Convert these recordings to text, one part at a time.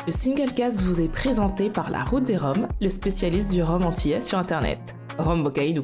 Le Singlecast vous est présenté par La Route des Roms, le spécialiste du rhum antillais sur Internet. Rhum Bocaïdou.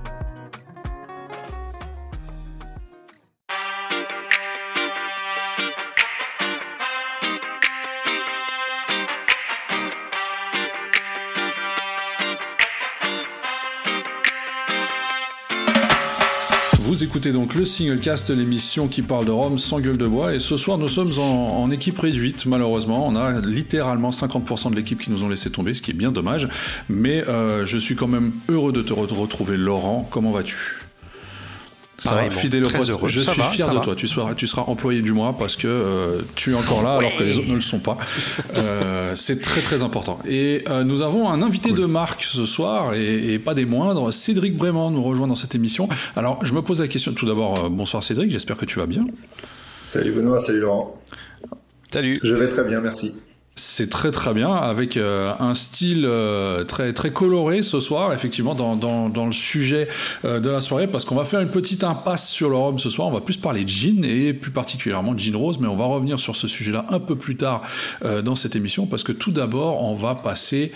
Vous écoutez donc le Singlecast, l'émission qui parle de rhum sans gueule de bois, et ce soir nous sommes en équipe réduite, malheureusement. On a littéralement 50% de l'équipe qui nous ont laissé tomber, ce qui est bien dommage, mais je suis quand même heureux de te retrouver, Laurent. Comment vas-tu ? Ça va, fidèle au poste. Je suis fier de toi. Tu seras employé du mois parce que tu es encore là alors que les autres ne le sont pas. C'est très très important. Et nous avons un invité de marque ce soir et pas des moindres. Cédric Brément nous rejoint dans cette émission. Alors je me pose la question tout d'abord. Bonsoir Cédric, j'espère que tu vas bien. Salut Benoît, salut Laurent. Salut. Je vais très bien, merci. C'est très très bien, avec un style très très coloré ce soir, effectivement, dans le sujet de la soirée, parce qu'on va faire une petite impasse sur le rhum ce soir. On va plus parler de gin, et plus particulièrement de gin rose, mais on va revenir sur ce sujet-là un peu plus tard dans cette émission, parce que tout d'abord, on va passer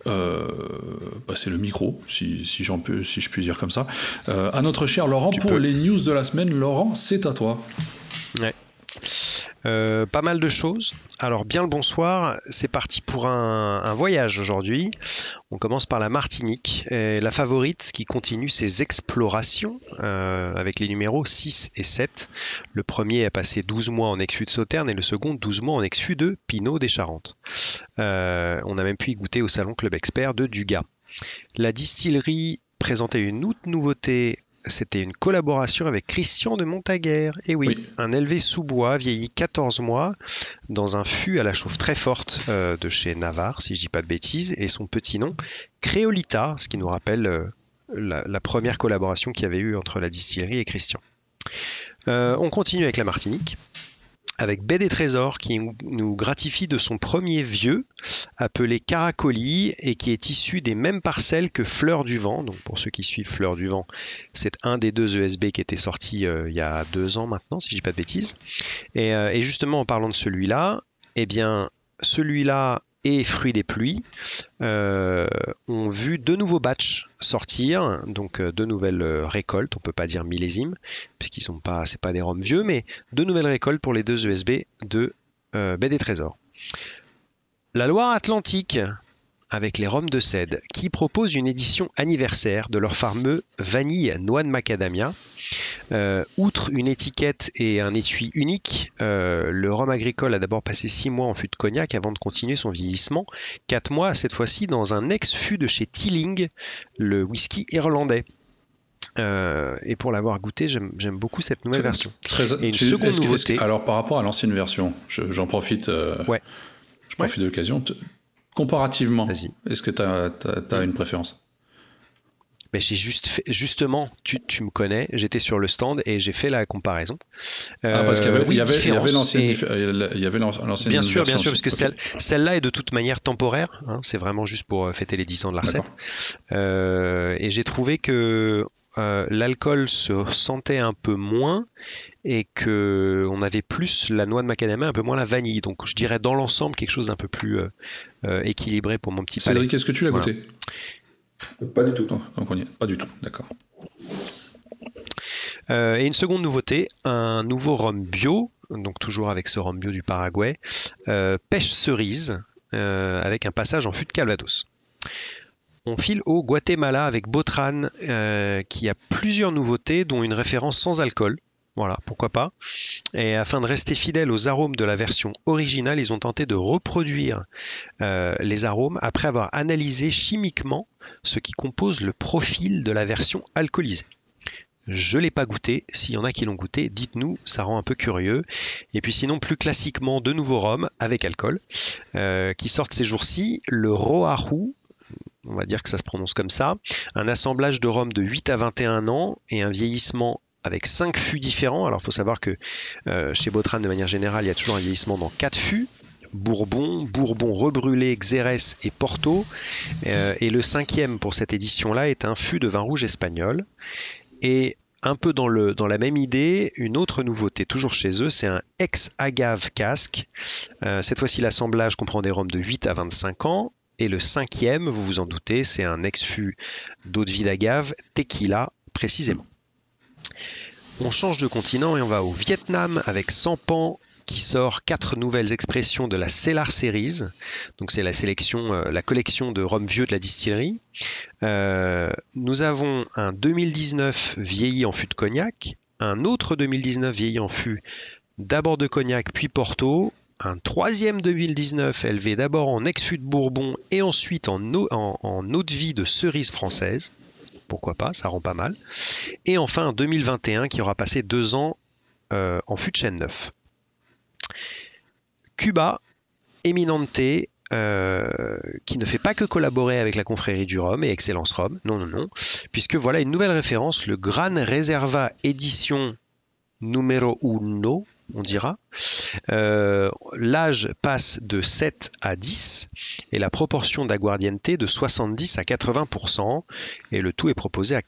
le micro, si je puis dire comme ça, à notre cher Laurent pour les news de la semaine. Laurent, c'est à toi. Ouais. Pas mal de choses. Alors bien le bonsoir, c'est parti pour un voyage aujourd'hui. On commence par la Martinique, et la favorite qui continue ses explorations avec les numéros 6 et 7. Le premier a passé 12 mois en ex-fût de Sauternes et le second 12 mois en ex-fût de Pinot des Charentes. On a même pu y goûter au salon Club Expert de Dugas. La distillerie présentait une autre nouveauté. C'était une collaboration avec Christian de Montaguer. Et oui, un élevé sous bois, vieilli 14 mois, dans un fût à la chauffe très forte de chez Navarre, si je dis pas de bêtises, et son petit nom, Créolita, ce qui nous rappelle la première collaboration qu'il y avait eu entre la distillerie et Christian. On continue avec la Martinique, avec Baie des Trésors qui nous gratifie de son premier vieux, appelé Caracoli, et qui est issu des mêmes parcelles que Fleur du Vent. Donc pour ceux qui suivent Fleur du Vent, c'est un des deux ESB qui était sorti il y a 2 ans maintenant, si je dis pas de bêtises. Et justement, en parlant de celui-là, eh bien, celui-là et Fruits des Pluies ont vu 2 nouveaux batchs sortir, donc 2 nouvelles récoltes, on peut pas dire millésimes, puisqu'ils sont pas, c'est pas des rhums vieux, mais 2 nouvelles récoltes pour les 2 ESB de Baie des Trésors. La Loire-Atlantique, avec les rhums de Cède, qui propose une édition anniversaire de leur fameux vanille noix de macadamia. Outre une étiquette et un étui unique, le rhum agricole a d'abord passé 6 mois en fût de cognac avant de continuer son vieillissement. 4 mois, cette fois-ci, dans un ex-fût de chez Teeling, le whisky irlandais. Et pour l'avoir goûté, j'aime beaucoup cette nouvelle version. Et une seconde nouveauté. Alors, par rapport à l'ancienne version, j'en profite, je profite de l'occasion. Comparativement, est-ce que tu as une préférence ? Ben, j'ai justement, tu me connais, j'étais sur le stand et j'ai fait la comparaison. Parce qu'il y avait l'ancienne bien sûr, parce que celle-là est de toute manière temporaire, hein, c'est vraiment juste pour fêter les 10 ans de la recette. Et j'ai trouvé que l'alcool se sentait un peu moins et qu'on avait plus la noix de macadamia, un peu moins la vanille. Donc je dirais dans l'ensemble quelque chose d'un peu plus équilibré pour mon petit palais. Cédric, est-ce que tu l'as goûté ? Pas du tout. Donc on y est. Pas du tout, d'accord. Et une seconde nouveauté, un nouveau rhum bio, donc toujours avec ce rhum bio du Paraguay, pêche cerise, avec un passage en fût de Calvados. On file au Guatemala avec Botran, qui a plusieurs nouveautés, dont une référence sans alcool. Voilà, pourquoi pas. Et afin de rester fidèle aux arômes de la version originale, ils ont tenté de reproduire les arômes après avoir analysé chimiquement ce qui compose le profil de la version alcoolisée. Je ne l'ai pas goûté. S'il y en a qui l'ont goûté, dites-nous, ça rend un peu curieux. Et puis sinon, plus classiquement, de nouveaux rhums avec alcool qui sortent ces jours-ci. Le Roahu, on va dire que ça se prononce comme ça, un assemblage de rhum de 8 à 21 ans et un vieillissement avec 5 fûts différents. Alors il faut savoir que chez Botran, de manière générale, il y a toujours un vieillissement dans 4 fûts. Bourbon rebrûlé, Xérès et Porto. Et le 5e pour cette édition-là est un fût de vin rouge espagnol. Et un peu dans la même idée, une autre nouveauté, toujours chez eux, c'est un ex-agave casque. Cette fois-ci, l'assemblage comprend des rhums de 8 à 25 ans. Et le 5e, vous vous en doutez, c'est un ex-fût d'eau de vie d'agave, tequila précisément. On change de continent et on va au Vietnam avec Sampan qui sort 4 nouvelles expressions de la Cellar Series. Donc c'est la collection de rhum vieux de la distillerie. Nous avons un 2019 vieilli en fût de cognac, un autre 2019 vieilli en fût d'abord de cognac puis Porto, un 3e 2019 élevé d'abord en ex-fût de Bourbon et ensuite en eau de vie de cerise française. Pourquoi pas, ça rend pas mal. Et enfin un 2021 qui aura passé 2 ans en fût de chêne neuf. Cuba, Eminente, qui ne fait pas que collaborer avec la confrérie du rhum et Excellence Rhum, non, puisque voilà une nouvelle référence, le Gran Reserva édition numéro 1, on dira. L'âge passe de 7 à 10 et la proportion d'aguardiente de 70 à 80% et le tout est proposé à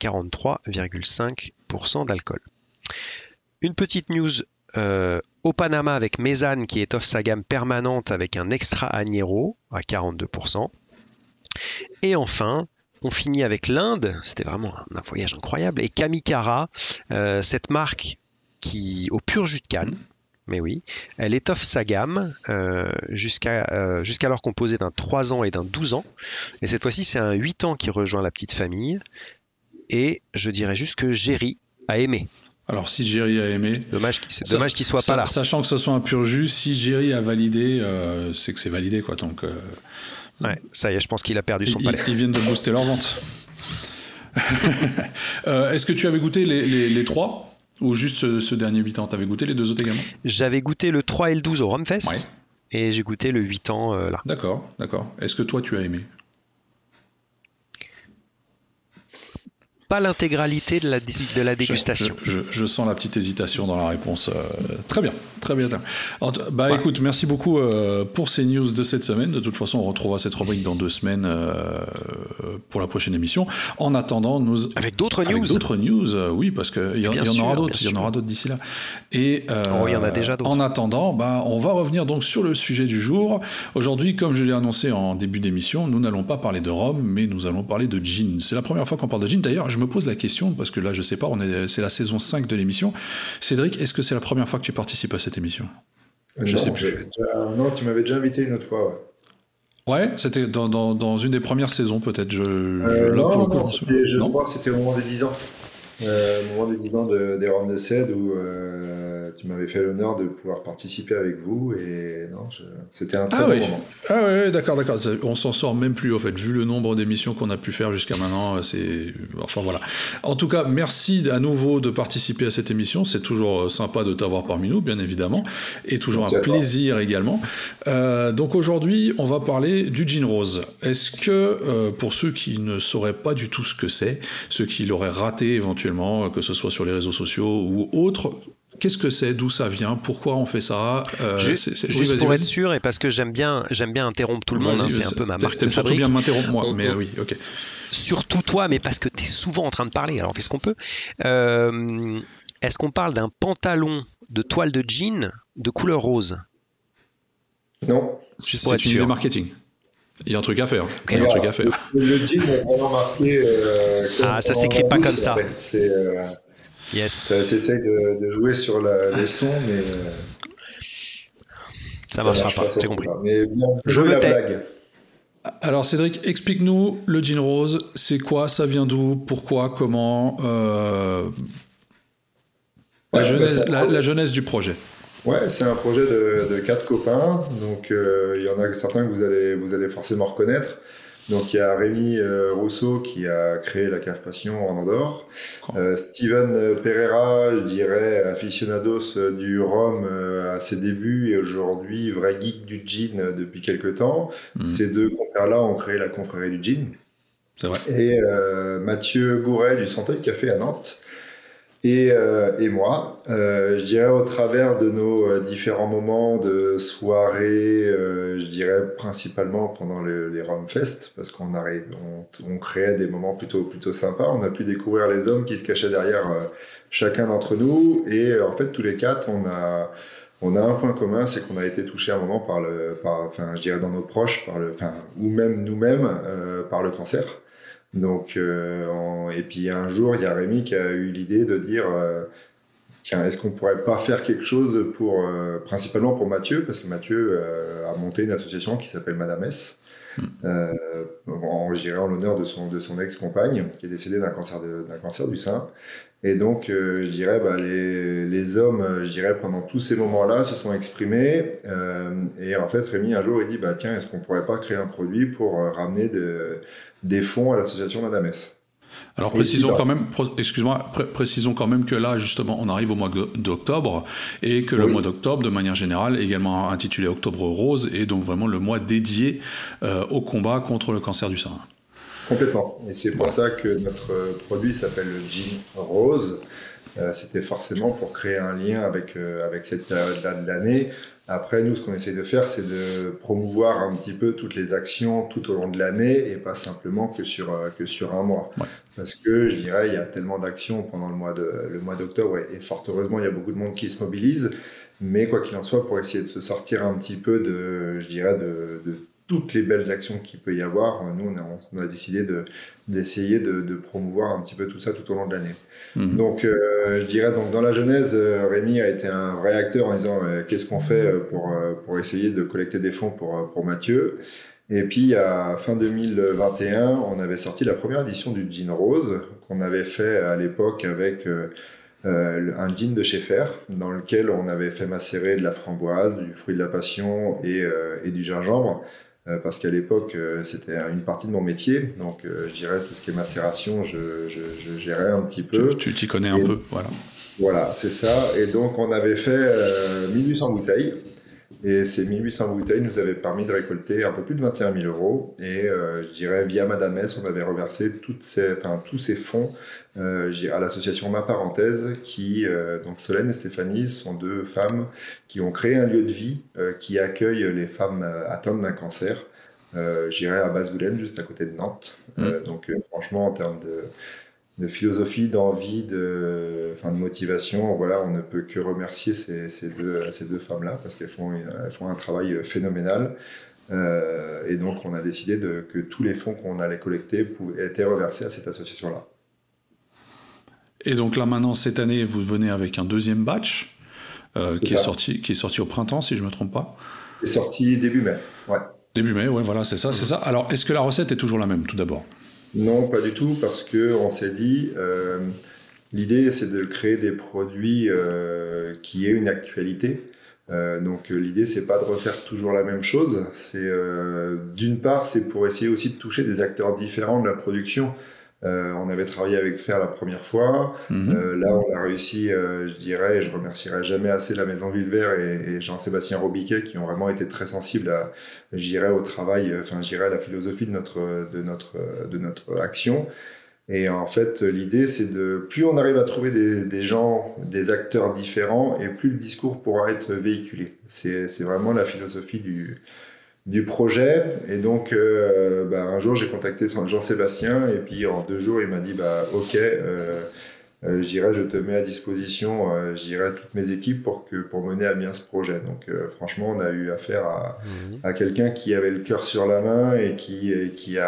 43,5% d'alcool. Une petite news au Panama avec Mézane qui étoffe sa gamme permanente avec un extra añejo à 42%. Et enfin, on finit avec l'Inde, c'était vraiment un voyage incroyable, et Kamicara, cette marque au pur jus de canne, mais oui, elle étoffe sa gamme jusqu'alors composée d'un 3 ans et d'un 12 ans. Et cette fois-ci, c'est un 8 ans qui rejoint la petite famille. Et je dirais juste que Géry a aimé. Alors, si Géry a aimé... C'est dommage qu'il soit pas là. Sachant que ce soit un pur jus, si Géry a validé, c'est que c'est validé, quoi. Donc, ouais, ça y est, je pense qu'il a perdu son palais. Ils viennent de booster leur vente. Est-ce que tu avais goûté les 3 ou juste ce dernier 8 ans? Tu avais goûté les 2 autres également? J'avais goûté le 3 et le 12 au Rumfest, ouais. Et j'ai goûté le 8 ans là. D'accord. Est-ce que toi, tu as aimé? Pas l'intégralité de la dégustation. Je sens la petite hésitation dans la réponse. Très bien. Alors, écoute, merci beaucoup pour ces news de cette semaine. De toute façon, on retrouvera cette rubrique dans 2 semaines pour la prochaine émission. En attendant, avec d'autres news, oui, parce qu'il y en aura d'autres. Il y en aura d'autres d'ici là. Et il y en a déjà d'autres. En attendant, on va revenir donc sur le sujet du jour. Aujourd'hui, comme je l'ai annoncé en début d'émission, nous n'allons pas parler de rhum, mais nous allons parler de gin. C'est la première fois qu'on parle de gin. D'ailleurs, je me pose la question, parce que là, je sais pas, c'est la saison 5 de l'émission. Cédric, est-ce que c'est la première fois que tu participes à cette émission? Je sais plus. Non, tu m'avais déjà invité une autre fois. Ouais, c'était dans une des premières saisons, peut-être. Je crois que c'était au moment des 10 ans. Au moment des 10 ans des Rhums de Cède où tu m'avais fait l'honneur de pouvoir participer avec vous et non, c'était un très bon moment. Ah ouais, d'accord. On s'en sort même plus au fait, vu le nombre d'émissions qu'on a pu faire jusqu'à maintenant. Enfin voilà. En tout cas, merci à nouveau de participer à cette émission. C'est toujours sympa de t'avoir parmi nous, bien évidemment, et toujours un plaisir également. Donc aujourd'hui, on va parler du gin rose. Est-ce que pour ceux qui ne sauraient pas du tout ce que c'est, ceux qui l'auraient raté éventuellement, que ce soit sur les réseaux sociaux ou autres, qu'est-ce que c'est, d'où ça vient, pourquoi on fait ça, juste pour être sûr et parce que j'aime bien interrompre tout le monde, c'est un peu ma marque de fabrique. Surtout bien m'interrompre moi, mais oui, ok. Surtout toi, mais parce que tu es souvent en train de parler, alors on fait ce qu'on peut. Est-ce qu'on parle d'un pantalon de toile de jean de couleur rose? Non. Juste pour être sûr. C'est une idée marketing. Il y a un truc à faire. Okay. Le jean est vraiment marqué. Ça s'écrit pas comme ça. C'est, yes. T'essayes de jouer sur les sons, mais. Ça marchera pas, j'ai compris. Mais bien, je me tais. Blague. Alors Cédric, explique-nous le gin rose. C'est quoi? Ça vient d'où? Pourquoi? Comment? La genèse du projet. Ouais, c'est un projet de 4 copains, donc il y en a certains que vous allez forcément reconnaître. Donc il y a Rémi Rousseau qui a créé la Cave Passion en Andorre, Steven Pereira, je dirais aficionados du rhum à ses débuts et aujourd'hui vrai geek du gin depuis quelques temps. Ces 2 compères-là ont créé la confrérie du gin. C'est vrai. Et Mathieu Gouret du Santeuil Café à Nantes. Et moi, je dirais au travers de nos différents moments de soirées je dirais principalement pendant les Romfest, parce qu'on créait des moments plutôt sympas. On a pu découvrir les hommes qui se cachaient derrière chacun d'entre nous, et en fait tous les quatre, on a un point commun, c'est qu'on a été touché à un moment je dirais dans nos proches, ou même nous-mêmes, par le cancer. Donc, et puis un jour, il y a Rémi qui a eu l'idée de dire tiens, est-ce qu'on pourrait pas faire quelque chose principalement pour Mathieu, parce que Mathieu a monté une association qui s'appelle Madame S, je dirais en l'honneur de son ex-compagne qui est décédée d'un cancer du sein. Et donc, je dirais, les hommes, je dirais, pendant tous ces moments-là, se sont exprimés. Et en fait, Rémi, un jour, il dit, tiens, est-ce qu'on pourrait pas créer un produit pour ramener des fonds à l'association Madame S? Alors précisons quand même que là justement on arrive au mois d'octobre et que le mois d'octobre de manière générale également intitulé Octobre Rose est donc vraiment le mois dédié au combat contre le cancer du sein. Complètement, et c'est pour ça que notre produit s'appelle le Gin Rose. C'était forcément pour créer un lien avec cette période-là de l'année. Après, nous, ce qu'on essaie de faire, c'est de promouvoir un petit peu toutes les actions tout au long de l'année et pas simplement que sur un mois. Ouais. Parce que, je dirais, il y a tellement d'actions pendant le mois d'octobre et fort heureusement, il y a beaucoup de monde qui se mobilise. Mais quoi qu'il en soit, pour essayer de se sortir un petit peu de toutes les belles actions qu'il peut y avoir, nous, on a décidé d'essayer de promouvoir un petit peu tout ça tout au long de l'année. Mmh. Donc, je dirais, dans la genèse, Rémi a été un vrai acteur en disant qu'est-ce qu'on fait pour essayer de collecter des fonds pour Mathieu. Et puis, à fin 2021, on avait sorti la première édition du Gin Rose, qu'on avait fait à l'époque avec un gin de Schaeffer, dans lequel on avait fait macérer de la framboise, du fruit de la passion et du gingembre. Parce qu'à l'époque, c'était une partie de mon métier. Donc, je dirais, tout ce qui est macération, je gérais un petit peu. Tu t'y connais un peu, voilà. Voilà, c'est ça. Et donc, on avait fait 1800 bouteilles. Et ces 1800 bouteilles nous avaient permis de récolter un peu plus de 21 000 €. Et je dirais, via Madame S, on avait reversé tous ces fonds à l'association Ma Parenthèse, qui, donc Solène et Stéphanie, sont deux femmes qui ont créé un lieu de vie qui accueille les femmes atteintes d'un cancer. Je dirais à Basse-Goulaine, juste à côté de Nantes. Donc franchement, en termes de philosophie, d'envie, de motivation, voilà, on ne peut que remercier ces deux femmes-là parce qu'elles font un travail phénoménal. Et donc, on a décidé que tous les fonds qu'on allait collecter étaient reversés à cette association-là. Et donc là, maintenant, cette année, vous venez avec un deuxième batch qui est sorti au printemps, si je ne me trompe pas. Il est sorti début mai, ouais. Début mai, ouais, voilà, c'est ça. Alors, est-ce que la recette est toujours la même, tout d'abord ? Non, pas du tout, parce qu'on s'est dit, l'idée c'est de créer des produits qui aient une actualité. Donc l'idée c'est pas de refaire toujours la même chose. D'une part, c'est pour essayer aussi de toucher des acteurs différents de la production. On avait travaillé avec Fer la première fois. Là, on a réussi, je dirais, et je remercierai jamais assez la Maison Villevert et Jean-Sébastien Robiquet qui ont vraiment été très sensibles au travail, à la philosophie de notre action. Et en fait, l'idée, c'est plus on arrive à trouver des gens, des acteurs différents, et plus le discours pourra être véhiculé. C'est vraiment la philosophie du projet. Et donc un jour j'ai contacté Jean-Sébastien et puis en 2 jours il m'a dit ok, je te mets à disposition toutes mes équipes pour mener à bien ce projet. Donc franchement on a eu affaire à quelqu'un qui avait le cœur sur la main et qui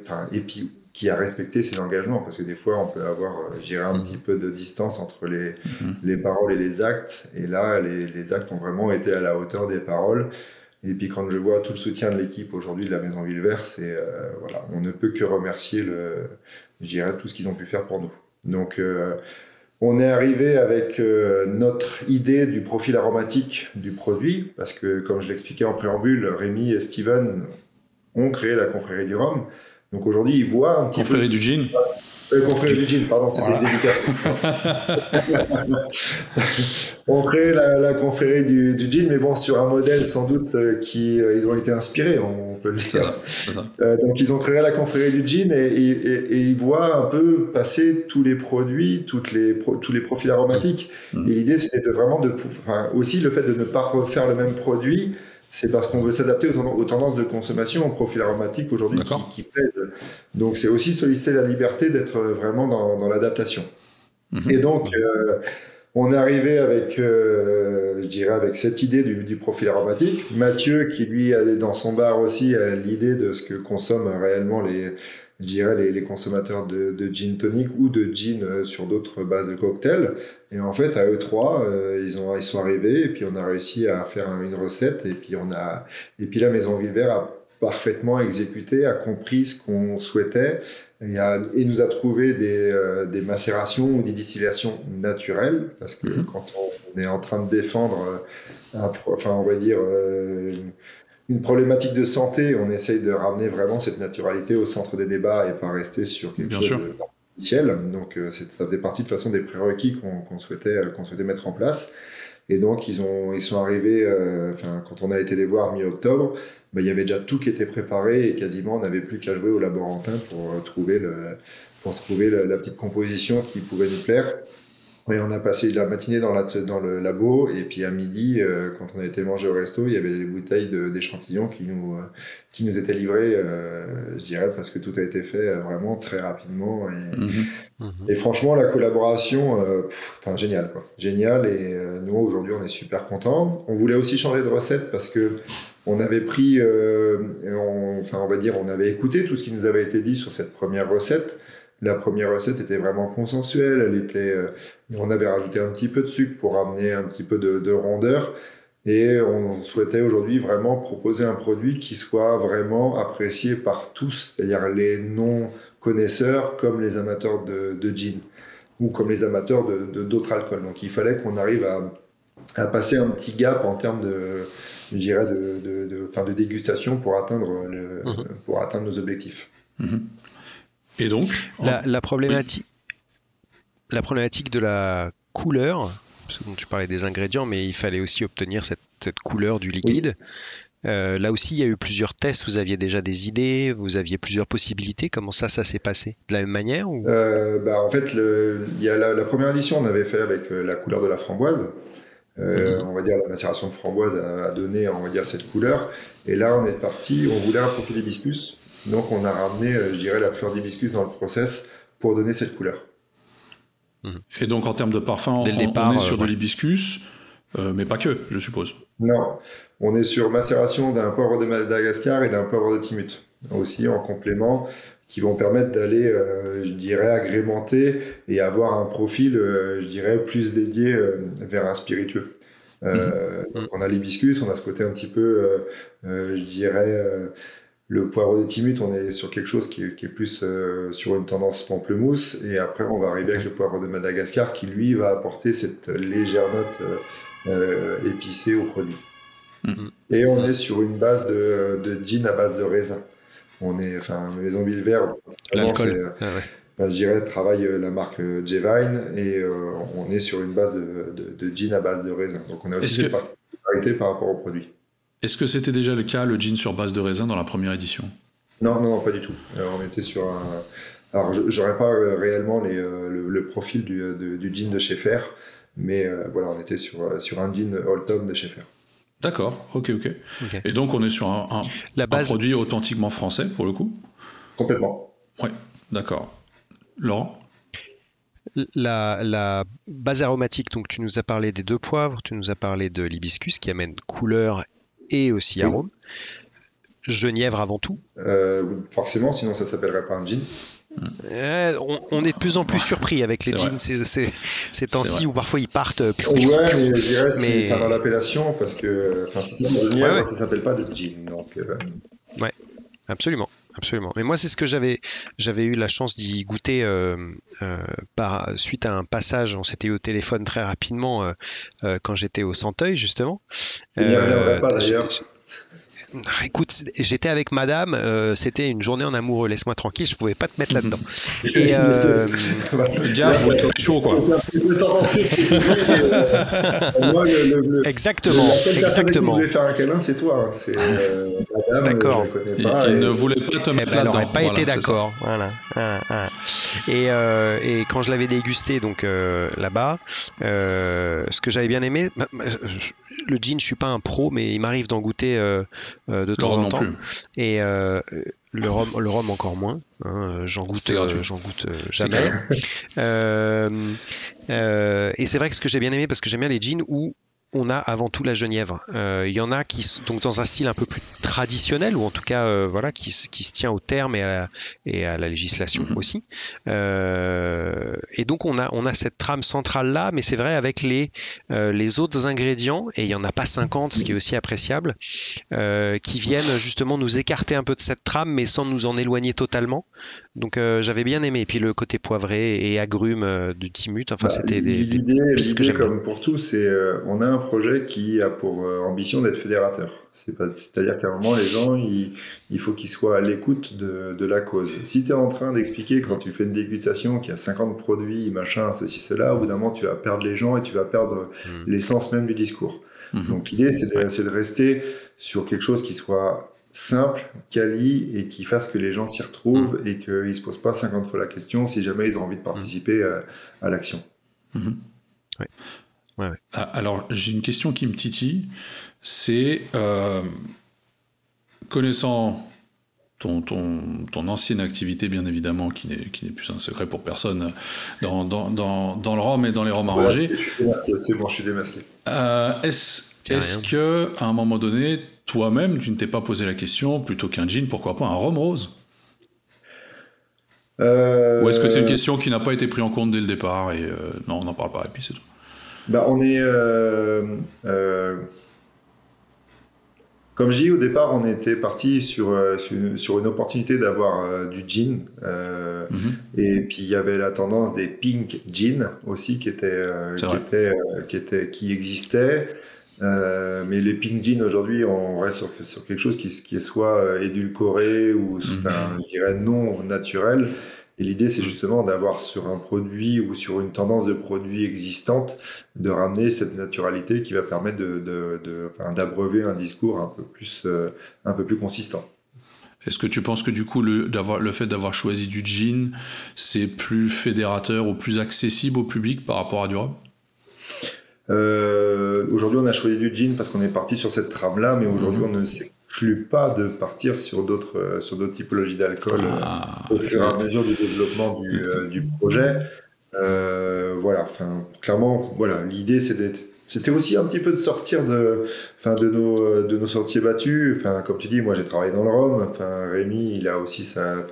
a respecté ses engagements, parce que des fois on peut avoir un petit peu de distance entre les paroles et les actes, et là les actes ont vraiment été à la hauteur des paroles. Et puis quand je vois tout le soutien de l'équipe aujourd'hui de la Maison Villevert, on ne peut que remercier tout ce qu'ils ont pu faire pour nous. Donc on est arrivé avec notre idée du profil aromatique du produit, parce que comme je l'expliquais en préambule, Rémi et Steven ont créé la confrérie du rhum. Donc aujourd'hui, ils voient un petit peu... Confrérie du gin. Confrérie du gin, pardon, c'était une dédicace. On crée la confrérie du gin, mais bon, sur un modèle sans doute ils ont été inspirés, on peut le dire. C'est ça. Donc ils ont créé la confrérie du gin et ils voient un peu passer tous les produits, tous les profils aromatiques. Et l'idée, c'était aussi le fait de ne pas refaire le même produit. C'est parce qu'on veut s'adapter aux tendances de consommation, aux profils aromatiques aujourd'hui qui plaisent. Donc c'est aussi solliciter la liberté d'être vraiment dans l'adaptation. Et donc on est arrivé avec, je dirais, avec cette idée du profil aromatique. Mathieu, qui lui a dans son bar aussi l'idée de ce que consomment réellement les consommateurs de gin tonic ou de gin sur d'autres bases de cocktails. Et en fait, à eux trois, ils sont arrivés et puis on a réussi à faire une recette. Et puis la Maison Villevert a parfaitement exécuté, a compris ce qu'on souhaitait et nous a trouvé des macérations ou des distillations naturelles, parce que quand on est en train de défendre on va dire une problématique de santé, on essaye de ramener vraiment cette naturalité au centre des débats et pas rester sur quelque chose d'artificiel. Donc ça faisait partie de toute façon des prérequis qu'on souhaitait mettre en place. Et donc ils sont arrivés, quand on a été les voir mi-octobre, il y avait déjà tout qui était préparé et quasiment on n'avait plus qu'à jouer au laborantin pour trouver la petite composition qui pouvait nous plaire. Et on a passé la matinée dans le labo, et puis à midi, quand on a été manger au resto, il y avait les bouteilles d'échantillons qui nous étaient livrées, je dirais, parce que tout a été fait vraiment très rapidement. Et franchement, la collaboration, génial, quoi. Génial, et nous, aujourd'hui, on est super contents. On voulait aussi changer de recette parce que on avait pris, on avait écouté tout ce qui nous avait été dit sur cette première recette. La première recette était vraiment consensuelle, on avait rajouté un petit peu de sucre pour amener un petit peu de rondeur, et on souhaitait aujourd'hui vraiment proposer un produit qui soit vraiment apprécié par tous, c'est-à-dire les non-connaisseurs comme les amateurs de gin ou comme les amateurs d'autres alcools. Donc il fallait qu'on arrive à passer un petit gap en termes de dégustation pour atteindre nos objectifs. Et donc la problématique de la couleur, parce que tu parlais des ingrédients, mais il fallait aussi obtenir cette couleur du liquide. Là aussi, il y a eu plusieurs tests. Vous aviez déjà des idées, vous aviez plusieurs possibilités. Comment ça s'est passé? De la même manière ou... En fait, il y a la première édition, on avait fait avec la couleur de la framboise. On va dire la macération de framboise a donné, on va dire, cette couleur. Et là, on est parti, on voulait un profil hibiscus. Donc, on a ramené, je dirais, la fleur d'hibiscus dans le process pour donner cette couleur. Et donc, en termes de parfum, on est sur de l'hibiscus, mais pas que, je suppose. Non, on est sur macération d'un poivre de Madagascar et d'un poivre de Timut, aussi en complément, qui vont permettre d'aller, je dirais, agrémenter et avoir un profil, je dirais, plus dédié vers un spiritueux. Donc, on a l'hibiscus, on a ce côté un petit peu, je dirais... Le poivre de Timut, on est sur quelque chose qui est plus sur une tendance pamplemousse, et après on va arriver avec le poivre de Madagascar qui lui va apporter cette légère note épicée au produit. Et on est sur une base de gin à base de raisin. Maison Villevert, l'alcool. Je dirais, travaille la marque J-Vine, et on est sur une base de gin à base de raisin. Donc on a aussi cette particularité par rapport au produit. Est-ce que c'était déjà le cas, le gin sur base de raisin dans la première édition? Non, pas du tout. On était sur un... Alors, j'aurais pas réellement le profil du gin de Schaeffer, mais on était sur un gin Old Tom de Schaeffer. D'accord, ok. Et donc, on est sur un produit authentiquement français, pour le coup? Complètement. Oui, d'accord. Laurent? La base aromatique, donc tu nous as parlé des 2 poivres, tu nous as parlé de l'hibiscus qui amène couleur et aussi arôme. Genièvre avant tout. Forcément, sinon ça s'appellerait pas un gin. On est de plus en plus surpris avec les gins ces temps-ci où parfois ils partent. Mais je dirais c'est dans l'appellation, parce que Genièvre, ça s'appelle pas de gin. Donc, Ouais, absolument. Mais moi, c'est ce que j'avais eu la chance d'y goûter suite à un passage. On s'était eu au téléphone très rapidement quand j'étais au Santeuil, justement. Il n'y reviendrait pas d'ailleurs. écoute, j'étais avec madame, c'était une journée en amoureux, laisse-moi tranquille, je pouvais pas te mettre là-dedans. Et Le gars, faut être chaud, quoi. C'est un peu tendancieux ce que tu dis. Moi, exactement. La seule personne qui voulait faire un câlin, c'est toi. C'est madame, D'accord. je la connais pas. Il ne voulait pas te mettre là-dedans. Elle n'aurait pas été Voilà, c'est d'accord. Voilà. Et quand je l'avais dégusté donc là-bas, ce que j'avais bien aimé, le gin, je suis pas un pro, mais il m'arrive d'en goûter de temps en temps. Plus. Et le rhum encore moins. Hein, j'en goûte jamais. Et c'est vrai que ce que j'ai bien aimé, parce que j'aime bien les gins où on a avant tout la genièvre. Il y en a qui donc dans un style un peu plus traditionnel, ou en tout cas voilà, qui se tient au terme et à la législation aussi. Et donc on a cette trame centrale là, mais c'est vrai avec les autres ingrédients, et il y en a pas 50, ce qui est aussi appréciable, qui viennent justement nous écarter un peu de cette trame, mais sans nous en éloigner totalement. Donc j'avais bien aimé. Et puis le côté poivré et agrumes du Timut, enfin c'était des pistes que j'aime bien. Comme pour tout, c'est on a un projet qui a pour ambition d'être fédérateur. C'est-à-dire qu'à un moment, les gens, il faut qu'ils soient à l'écoute de la cause. Si tu es en train d'expliquer, quand tu fais une dégustation, qu'il y a 50 produits, machin, ceci, cela, au bout d'un moment, tu vas perdre les gens et tu vas perdre l'essence même du discours. Donc l'idée, c'est de rester sur quelque chose qui soit simple, quali, et qui fasse que les gens s'y retrouvent et qu'ils ne se posent pas 50 fois la question si jamais ils ont envie de participer à l'action. Ouais. Alors, j'ai une question qui me titille. C'est, connaissant ton ancienne activité, bien évidemment, qui n'est plus un secret pour personne, dans le rhum et dans les rhums arrangés. Je suis démasqué, c'est bon, je suis démasqué. Est-ce que, à un moment donné, toi-même, tu ne t'es pas posé la question, plutôt qu'un gin, pourquoi pas un rhum rose ? Ou est-ce que c'est une question qui n'a pas été prise en compte dès le départ et non, on n'en parle pas et puis c'est tout. On est comme je dis au départ, on était parti sur une opportunité d'avoir du gin et puis il y avait la tendance des pink gin aussi qui existait. Mais les pink gin aujourd'hui, on reste sur quelque chose qui est soit édulcoré ou je dirais non naturel. Et l'idée, c'est justement d'avoir sur un produit ou sur une tendance de produit existante, de ramener cette naturalité qui va permettre d'abreuver un discours un peu plus consistant. Est-ce que tu penses que du coup, le fait d'avoir choisi du gin, c'est plus fédérateur ou plus accessible au public par rapport à du rhum ? Aujourd'hui, on a choisi du gin parce qu'on est parti sur cette trame-là, mais aujourd'hui, on ne s'exclut pas de partir sur d'autres typologies d'alcool au fur et à mesure du développement du projet. Voilà, clairement, voilà, l'idée, c'était aussi un petit peu de sortir de nos sentiers battus. Comme tu dis, moi j'ai travaillé dans le rhum. Rémi, il a aussi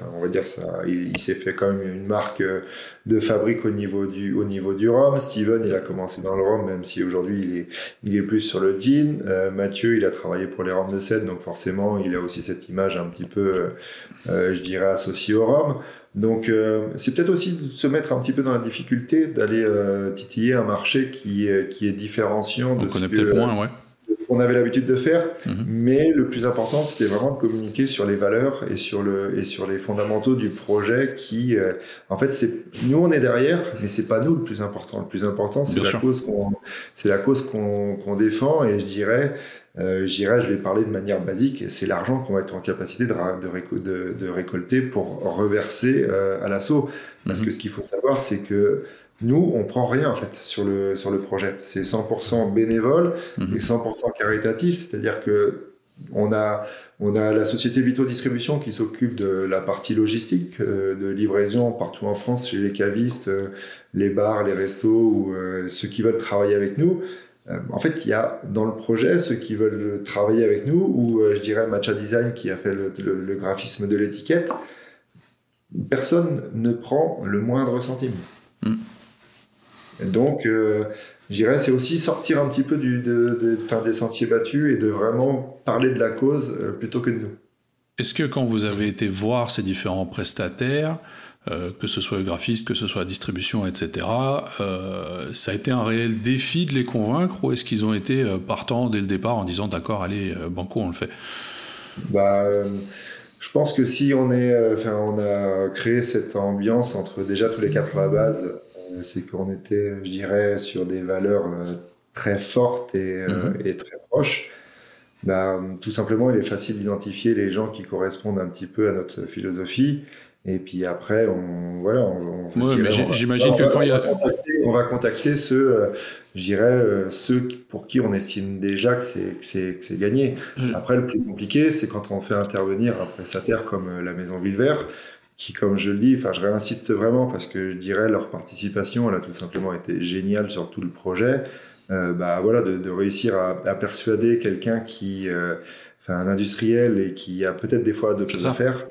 il s'est fait quand même une marque de fabrique au niveau du rhum. Steven, il a commencé dans le rhum, même si aujourd'hui il est plus sur le gin. Mathieu, il a travaillé pour les rhums de Seine, donc forcément il a aussi cette image un petit peu, je dirais, associée au rhum. Donc c'est peut-être aussi de se mettre un petit peu dans la difficulté d'aller titiller un marché qui est différenciant de ce qu'on avait l'habitude de faire, mais le plus important c'était vraiment de communiquer sur les valeurs et sur les fondamentaux du projet qui en fait nous on est derrière, mais c'est pas nous le plus important c'est la cause qu'on défend. Et je dirais je vais parler de manière basique, c'est l'argent qu'on va être en capacité de récolter pour reverser à l'asso. Parce que ce qu'il faut savoir, c'est que nous, on prend rien en fait sur le projet. C'est 100% bénévole et 100% caritatif, c'est-à-dire que on a la société Vito Distribution qui s'occupe de la partie logistique, de livraison partout en France chez les cavistes, les bars, les restos ou ceux qui veulent travailler avec nous. En fait, il y a dans le projet ceux qui veulent travailler avec nous, ou je dirais Matcha Design qui a fait le graphisme de l'étiquette. Personne ne prend le moindre centime. Et donc, je dirais, c'est aussi sortir un petit peu des sentiers battus et de vraiment parler de la cause plutôt que de nous. Est-ce que quand vous avez été voir ces différents prestataires, que ce soit le graphiste, que ce soit la distribution, etc., ça a été un réel défi de les convaincre, ou est-ce qu'ils ont été partants dès le départ en disant d'accord, allez, banco, on le fait ? Je pense que si on a créé cette ambiance entre déjà tous les quatre à la base, c'est qu'on était, je dirais, sur des valeurs très fortes et très proches. Tout simplement, il est facile d'identifier les gens qui correspondent un petit peu à notre philosophie. Et puis après, Ouais, mais j'imagine que quand il y a... on va contacter ceux, je dirais, ceux pour qui on estime déjà que c'est gagné. Après, le plus compliqué, c'est quand on fait intervenir un prestataire comme la Maison Villevert, qui, comme je le dis, je réinsiste vraiment parce que je dirais leur participation, elle a tout simplement été géniale sur tout le projet. De réussir à persuader quelqu'un un industriel et qui a peut-être des fois d'autres choses à faire,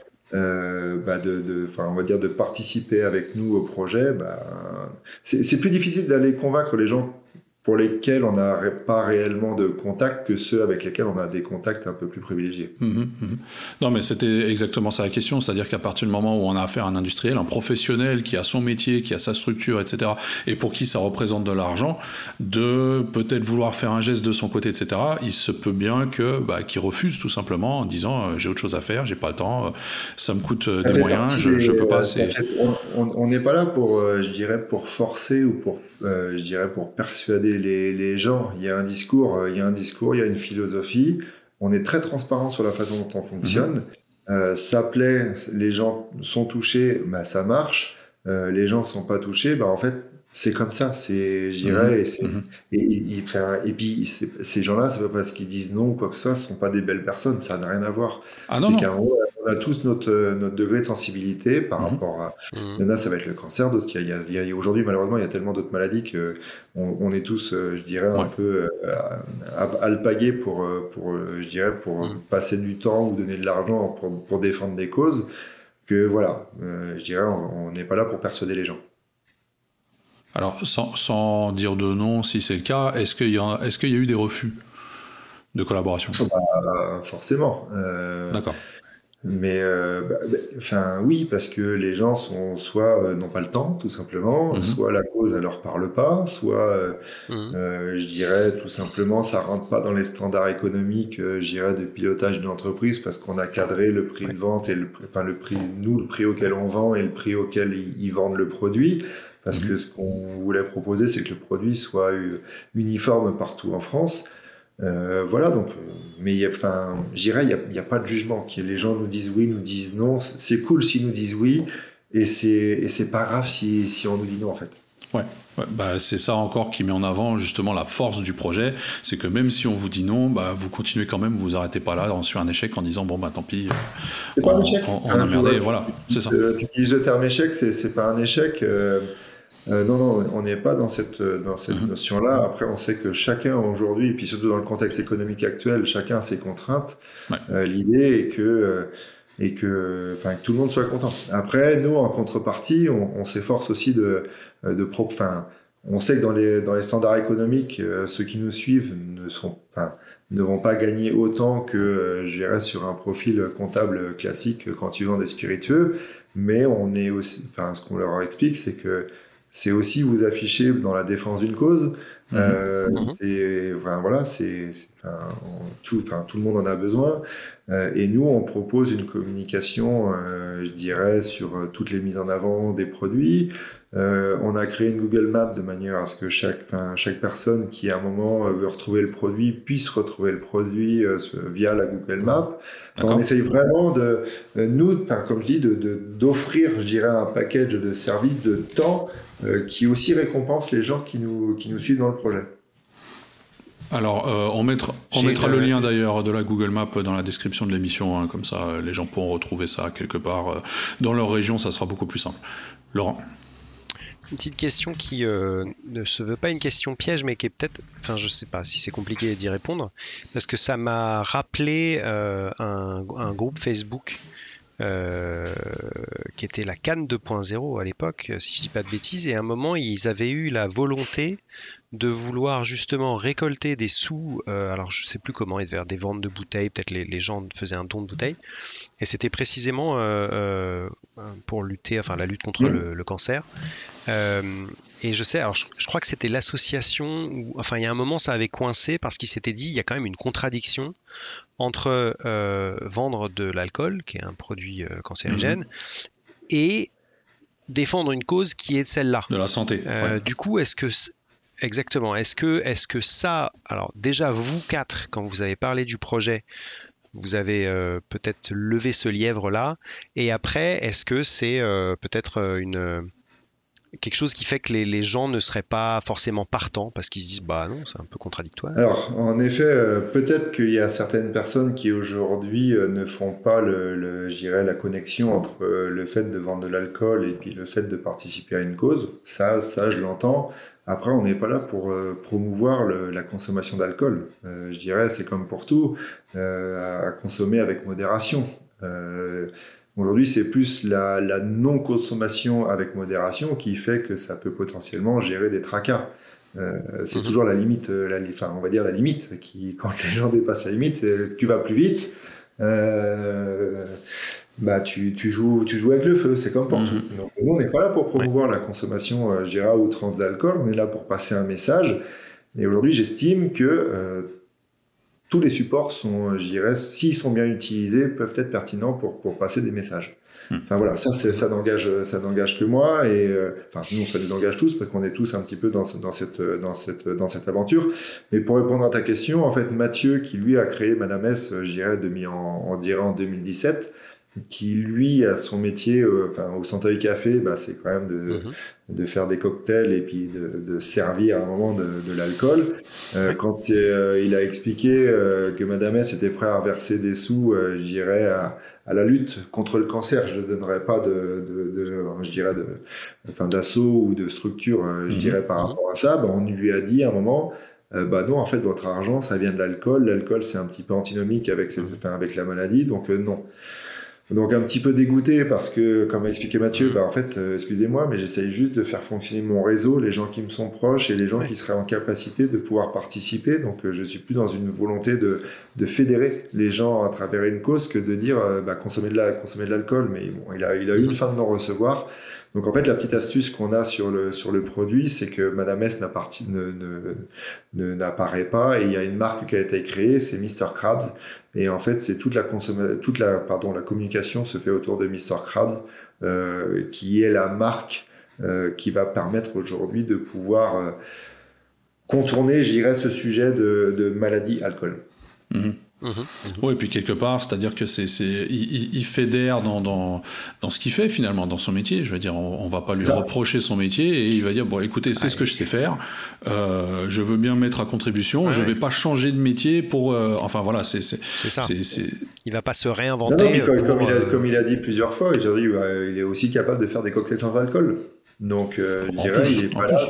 on va dire de participer avec nous au projet, c'est plus difficile d'aller convaincre les gens pour lesquels on n'a pas réellement de contact que ceux avec lesquels on a des contacts un peu plus privilégiés. Non, mais c'était exactement ça la question, c'est-à-dire qu'à partir du moment où on a affaire à un industriel, un professionnel qui a son métier, qui a sa structure, etc., et pour qui ça représente de l'argent, de peut-être vouloir faire un geste de son côté, etc., il se peut bien qu'il refuse tout simplement en disant j'ai autre chose à faire, j'ai pas le temps, ça me coûte des moyens, je peux pas assez. On n'est pas là pour, je dirais, pour forcer ou pour persuader les gens. Il y a un discours, il y a une philosophie. On est très transparent sur la façon dont on fonctionne. Ça plaît, les gens sont touchés, ça marche. Les gens sont pas touchés, en fait, c'est comme ça. C'est, je dirais, et puis ces gens-là, c'est pas parce qu'ils disent non ou quoi que ce soit, ce sont pas des belles personnes. Ça n'a rien à voir. On a tous notre degré de sensibilité par rapport à. Il y en a, ça va être le cancer. D'autres, aujourd'hui, malheureusement, il y a tellement d'autres maladies que on est tous, je dirais, un peu alpagués pour passer du temps ou donner de l'argent pour défendre des causes. Que voilà, je dirais, on n'est pas là pour persuader les gens. Alors, sans dire de non, si c'est le cas, est-ce qu'il y a eu des refus de collaboration ? Forcément. D'accord. Mais oui, parce que les gens sont soit n'ont pas le temps, tout simplement, soit la cause elle leur parle pas, soit je dirais tout simplement ça rentre pas dans les standards économiques, je dirais, de pilotage d'une entreprise parce qu'on a cadré le prix de vente et le prix auquel on vend et le prix auquel ils vendent le produit. Parce que ce qu'on voulait proposer, c'est que le produit soit uniforme partout en France. Mais je dirais, il n'y a pas de jugement. Les gens nous disent oui, nous disent non. C'est cool s'ils nous disent oui, et c'est pas grave si on nous dit non, en fait. Ouais, c'est ça encore qui met en avant justement la force du projet, c'est que même si on vous dit non, vous continuez quand même, vous vous arrêtez pas là sur un échec en disant tant pis. C'est pas un échec. On a merdé, voilà, c'est ça. Tu utilises le terme échec, c'est pas un échec. Non, on n'est pas dans cette notion-là. Après, on sait que chacun aujourd'hui, et puis surtout dans le contexte économique actuel, chacun a ses contraintes. Ouais. L'idée est que tout le monde soit content. Après, nous, en contrepartie, on s'efforce aussi on sait que dans les standards économiques, ceux qui nous suivent ne vont pas gagner autant que, je dirais, sur un profil comptable classique quand tu vends des spiritueux. Mais on est aussi, ce qu'on leur explique, c'est que c'est aussi vous afficher dans la défense d'une cause. Tout le monde en a besoin. Et nous, on propose une communication, je dirais, sur toutes les mises en avant des produits. On a créé une Google Maps de manière à ce que chaque personne qui à un moment veut retrouver le produit puisse retrouver le produit via la Google Maps. On essaye vraiment comme je dis, d'offrir, je dirais, un package de services de temps qui aussi récompense les gens qui nous suivent dans le projet. Alors, on mettra le lien d'ailleurs de la Google Map dans la description de l'émission, comme ça les gens pourront retrouver ça quelque part dans leur région, ça sera beaucoup plus simple. Laurent ? Une petite question qui ne se veut pas une question piège, mais qui est peut-être, je sais pas si c'est compliqué d'y répondre, parce que ça m'a rappelé un groupe Facebook qui était la Cannes 2.0 à l'époque, si je dis pas de bêtises, et à un moment ils avaient eu la volonté de vouloir justement récolter des sous, alors je sais plus comment, il devait y avoir des ventes de bouteilles, peut-être les gens faisaient un don de bouteilles, et c'était précisément pour lutter, la lutte contre le cancer. Et je sais, alors je crois que c'était l'association, enfin il y a un moment ça avait coincé parce qu'il s'était dit il y a quand même une contradiction entre vendre de l'alcool, qui est un produit cancérigène, et défendre une cause qui est celle-là. De la santé. Du coup, exactement, est-ce que ça, alors déjà vous quatre, quand vous avez parlé du projet, vous avez peut-être levé ce lièvre-là, et après, est-ce que c'est peut-être quelque chose qui fait que les gens ne seraient pas forcément partants parce qu'ils se disent bah non, c'est un peu contradictoire. Alors, en effet, peut-être qu'il y a certaines personnes qui aujourd'hui ne font pas je dirais, la connexion entre le fait de vendre de l'alcool et puis le fait de participer à une cause. Ça, je l'entends. Après, on n'est pas là pour promouvoir la consommation d'alcool. Je dirais, c'est comme pour tout, à consommer avec modération. Aujourd'hui, c'est plus la non-consommation avec modération qui fait que ça peut potentiellement gérer des tracas. C'est toujours la limite, on va dire la limite, quand les gens dépassent la limite, c'est tu vas plus vite, tu joues avec le feu, c'est comme pour tout. Donc, nous, on n'est pas là pour promouvoir la consommation, je dirais, à outrance d'alcool, on est là pour passer un message. Et aujourd'hui, j'estime que tous les supports sont, je dirais, s'ils sont bien utilisés, peuvent être pertinents pour passer des messages. Enfin voilà, ça n'engage que moi et nous ça nous engage tous parce qu'on est tous un petit peu dans cette aventure. Mais pour répondre à ta question, en fait Mathieu qui lui a créé Madame S, je dirais en 2017, qui lui a son métier au Century Café, c'est quand même de faire des cocktails et puis de servir à un moment de l'alcool. Quand il a expliqué que Madame S était prêt à verser des sous, je dirais à la lutte contre le cancer, je ne donnerais pas d'assaut ou de structure, je dirais par rapport à ça. On lui a dit à un moment. Non, en fait, votre argent, ça vient de l'alcool. L'alcool, c'est un petit peu antinomique avec la maladie, donc non. Donc un petit peu dégoûté parce que, comme a expliqué Mathieu, excusez-moi, mais j'essaye juste de faire fonctionner mon réseau, les gens qui me sont proches et les gens qui seraient en capacité de pouvoir participer. Donc je suis plus dans une volonté de fédérer les gens à travers une cause que de dire consommer de l'alcool. Mais bon, il a eu une fin de non-recevoir. Donc en fait, la petite astuce qu'on a sur le produit, c'est que Madame S n'apparaît pas et il y a une marque qui a été créée, c'est Mr. Krabs. Et en fait, c'est la communication se fait autour de Mr. Krabs, qui est la marque qui va permettre aujourd'hui de pouvoir contourner, je dirais, ce sujet de maladie alcool. Oui, et puis quelque part, c'est-à-dire que il fédère dans ce qu'il fait finalement, dans son métier. Je veux dire, on va pas lui reprocher son métier et il va dire bon, écoutez, c'est ce que je sais faire. Je veux bien mettre à contribution. Je vais pas changer de métier pour. C'est ça. Il va pas se réinventer. Comme il a dit plusieurs fois, il est aussi capable de faire des cocktails sans alcool. Donc, je dirais, il n'est pas là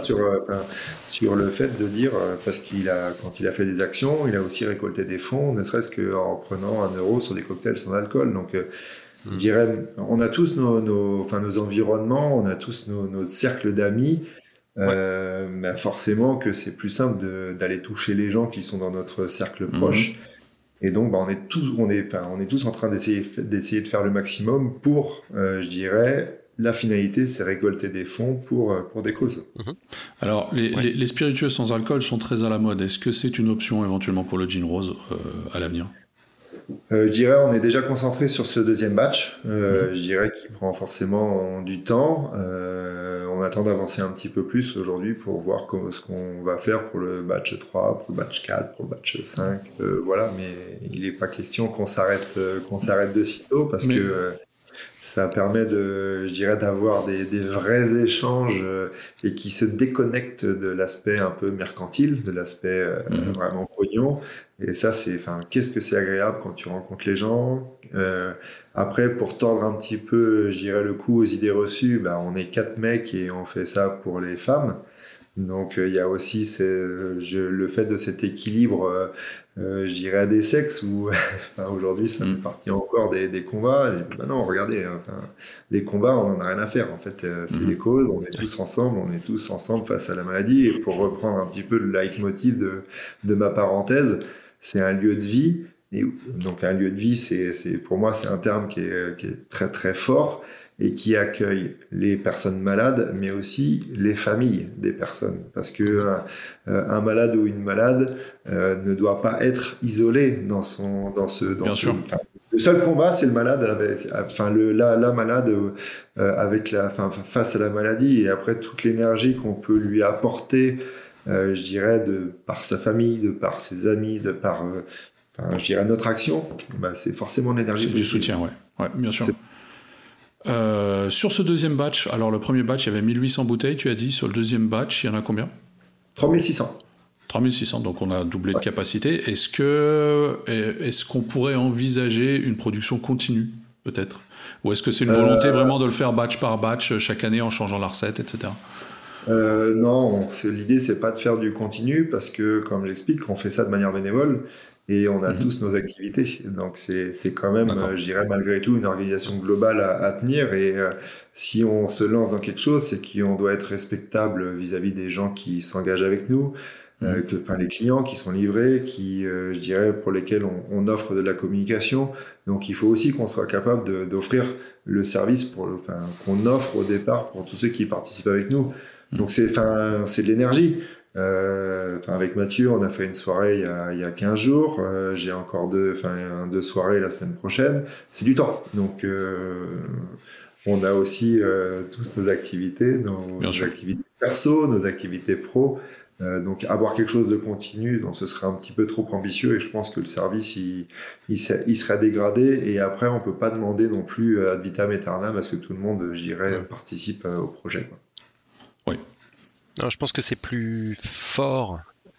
sur le fait de dire, parce quand il a fait des actions, il a aussi récolté des fonds, ne serait-ce qu'en prenant 1 euro sur des cocktails sans alcool. Donc, je dirais, on a tous nos environnements, on a tous nos cercles d'amis, mais forcément que c'est plus simple d'aller toucher les gens qui sont dans notre cercle proche. Et donc, on est tous en train d'essayer de faire le maximum pour, je dirais, la finalité, c'est récolter des fonds pour des causes. Alors, les spiritueux sans alcool sont très à la mode. Est-ce que c'est une option éventuellement pour le gin rose à l'avenir ? Je dirais, on est déjà concentré sur ce deuxième batch. Je dirais qu'il prend forcément du temps. On attend d'avancer un petit peu plus aujourd'hui pour voir ce qu'on va faire pour le batch 3, pour le batch 4, pour le batch 5. Mais il n'est pas question qu'on s'arrête de sitôt parce que ça permet d'avoir des vrais échanges et qui se déconnectent de l'aspect un peu mercantile, de l'aspect vraiment pognon. Et ça, qu'est-ce que c'est agréable quand tu rencontres les gens. Après, pour tordre un petit peu, le coup aux idées reçues, on est 4 mecs et on fait ça pour les femmes. Donc il y a aussi le fait de cet équilibre, à des sexes où aujourd'hui ça fait partie encore des combats. Non, regardez, les combats on n'en a rien à faire en fait, c'est les causes, on est tous ensemble face à la maladie. Et pour reprendre un petit peu le leitmotiv de ma parenthèse, c'est un lieu de vie. Et donc un lieu de vie, pour moi, c'est un terme qui est très très fort et qui accueille les personnes malades, mais aussi les familles des personnes. Parce que un malade ou une malade ne doit pas être isolé dans le seul combat, c'est le malade la malade face à la maladie, et après toute l'énergie qu'on peut lui apporter, je dirais, par sa famille, de par ses amis, de par je dirais notre action, c'est forcément de l'énergie. C'est du soutien, ouais, bien sûr. Sur ce deuxième batch, alors le premier batch, il y avait 1800 bouteilles, tu as dit. Sur le deuxième batch, il y en a combien ? 3600. 3600, donc on a doublé de capacité. Est-ce qu'on pourrait envisager une production continue, peut-être ? Ou est-ce que c'est une volonté vraiment de le faire batch par batch, chaque année, en changeant la recette, etc. Non, l'idée, c'est pas de faire du continu, parce que, comme j'explique, on fait ça de manière bénévole. Et on a tous nos activités. Donc, c'est quand même, je dirais, malgré tout, une organisation globale à tenir. Et si on se lance dans quelque chose, c'est qu'on doit être respectable vis-à-vis des gens qui s'engagent avec nous, les clients qui sont livrés, je dirais, pour lesquels on offre de la communication. Donc, il faut aussi qu'on soit capable d'offrir le service qu'on offre au départ pour tous ceux qui participent avec nous. Donc, c'est de l'énergie. Avec Mathieu, on a fait une soirée il y a 15 jours. J'ai encore deux soirées la semaine prochaine. C'est du temps. Donc, on a aussi tous nos activités, nos activités perso, nos activités pro. Donc, avoir quelque chose de continu, donc ce serait un petit peu trop ambitieux, et je pense que le service, il serait dégradé. Et après, on peut pas demander non plus ad vitam aeternam à ce que tout le monde, je dirais, participe au projet, quoi. Oui. Non, je pense que c'est plus fort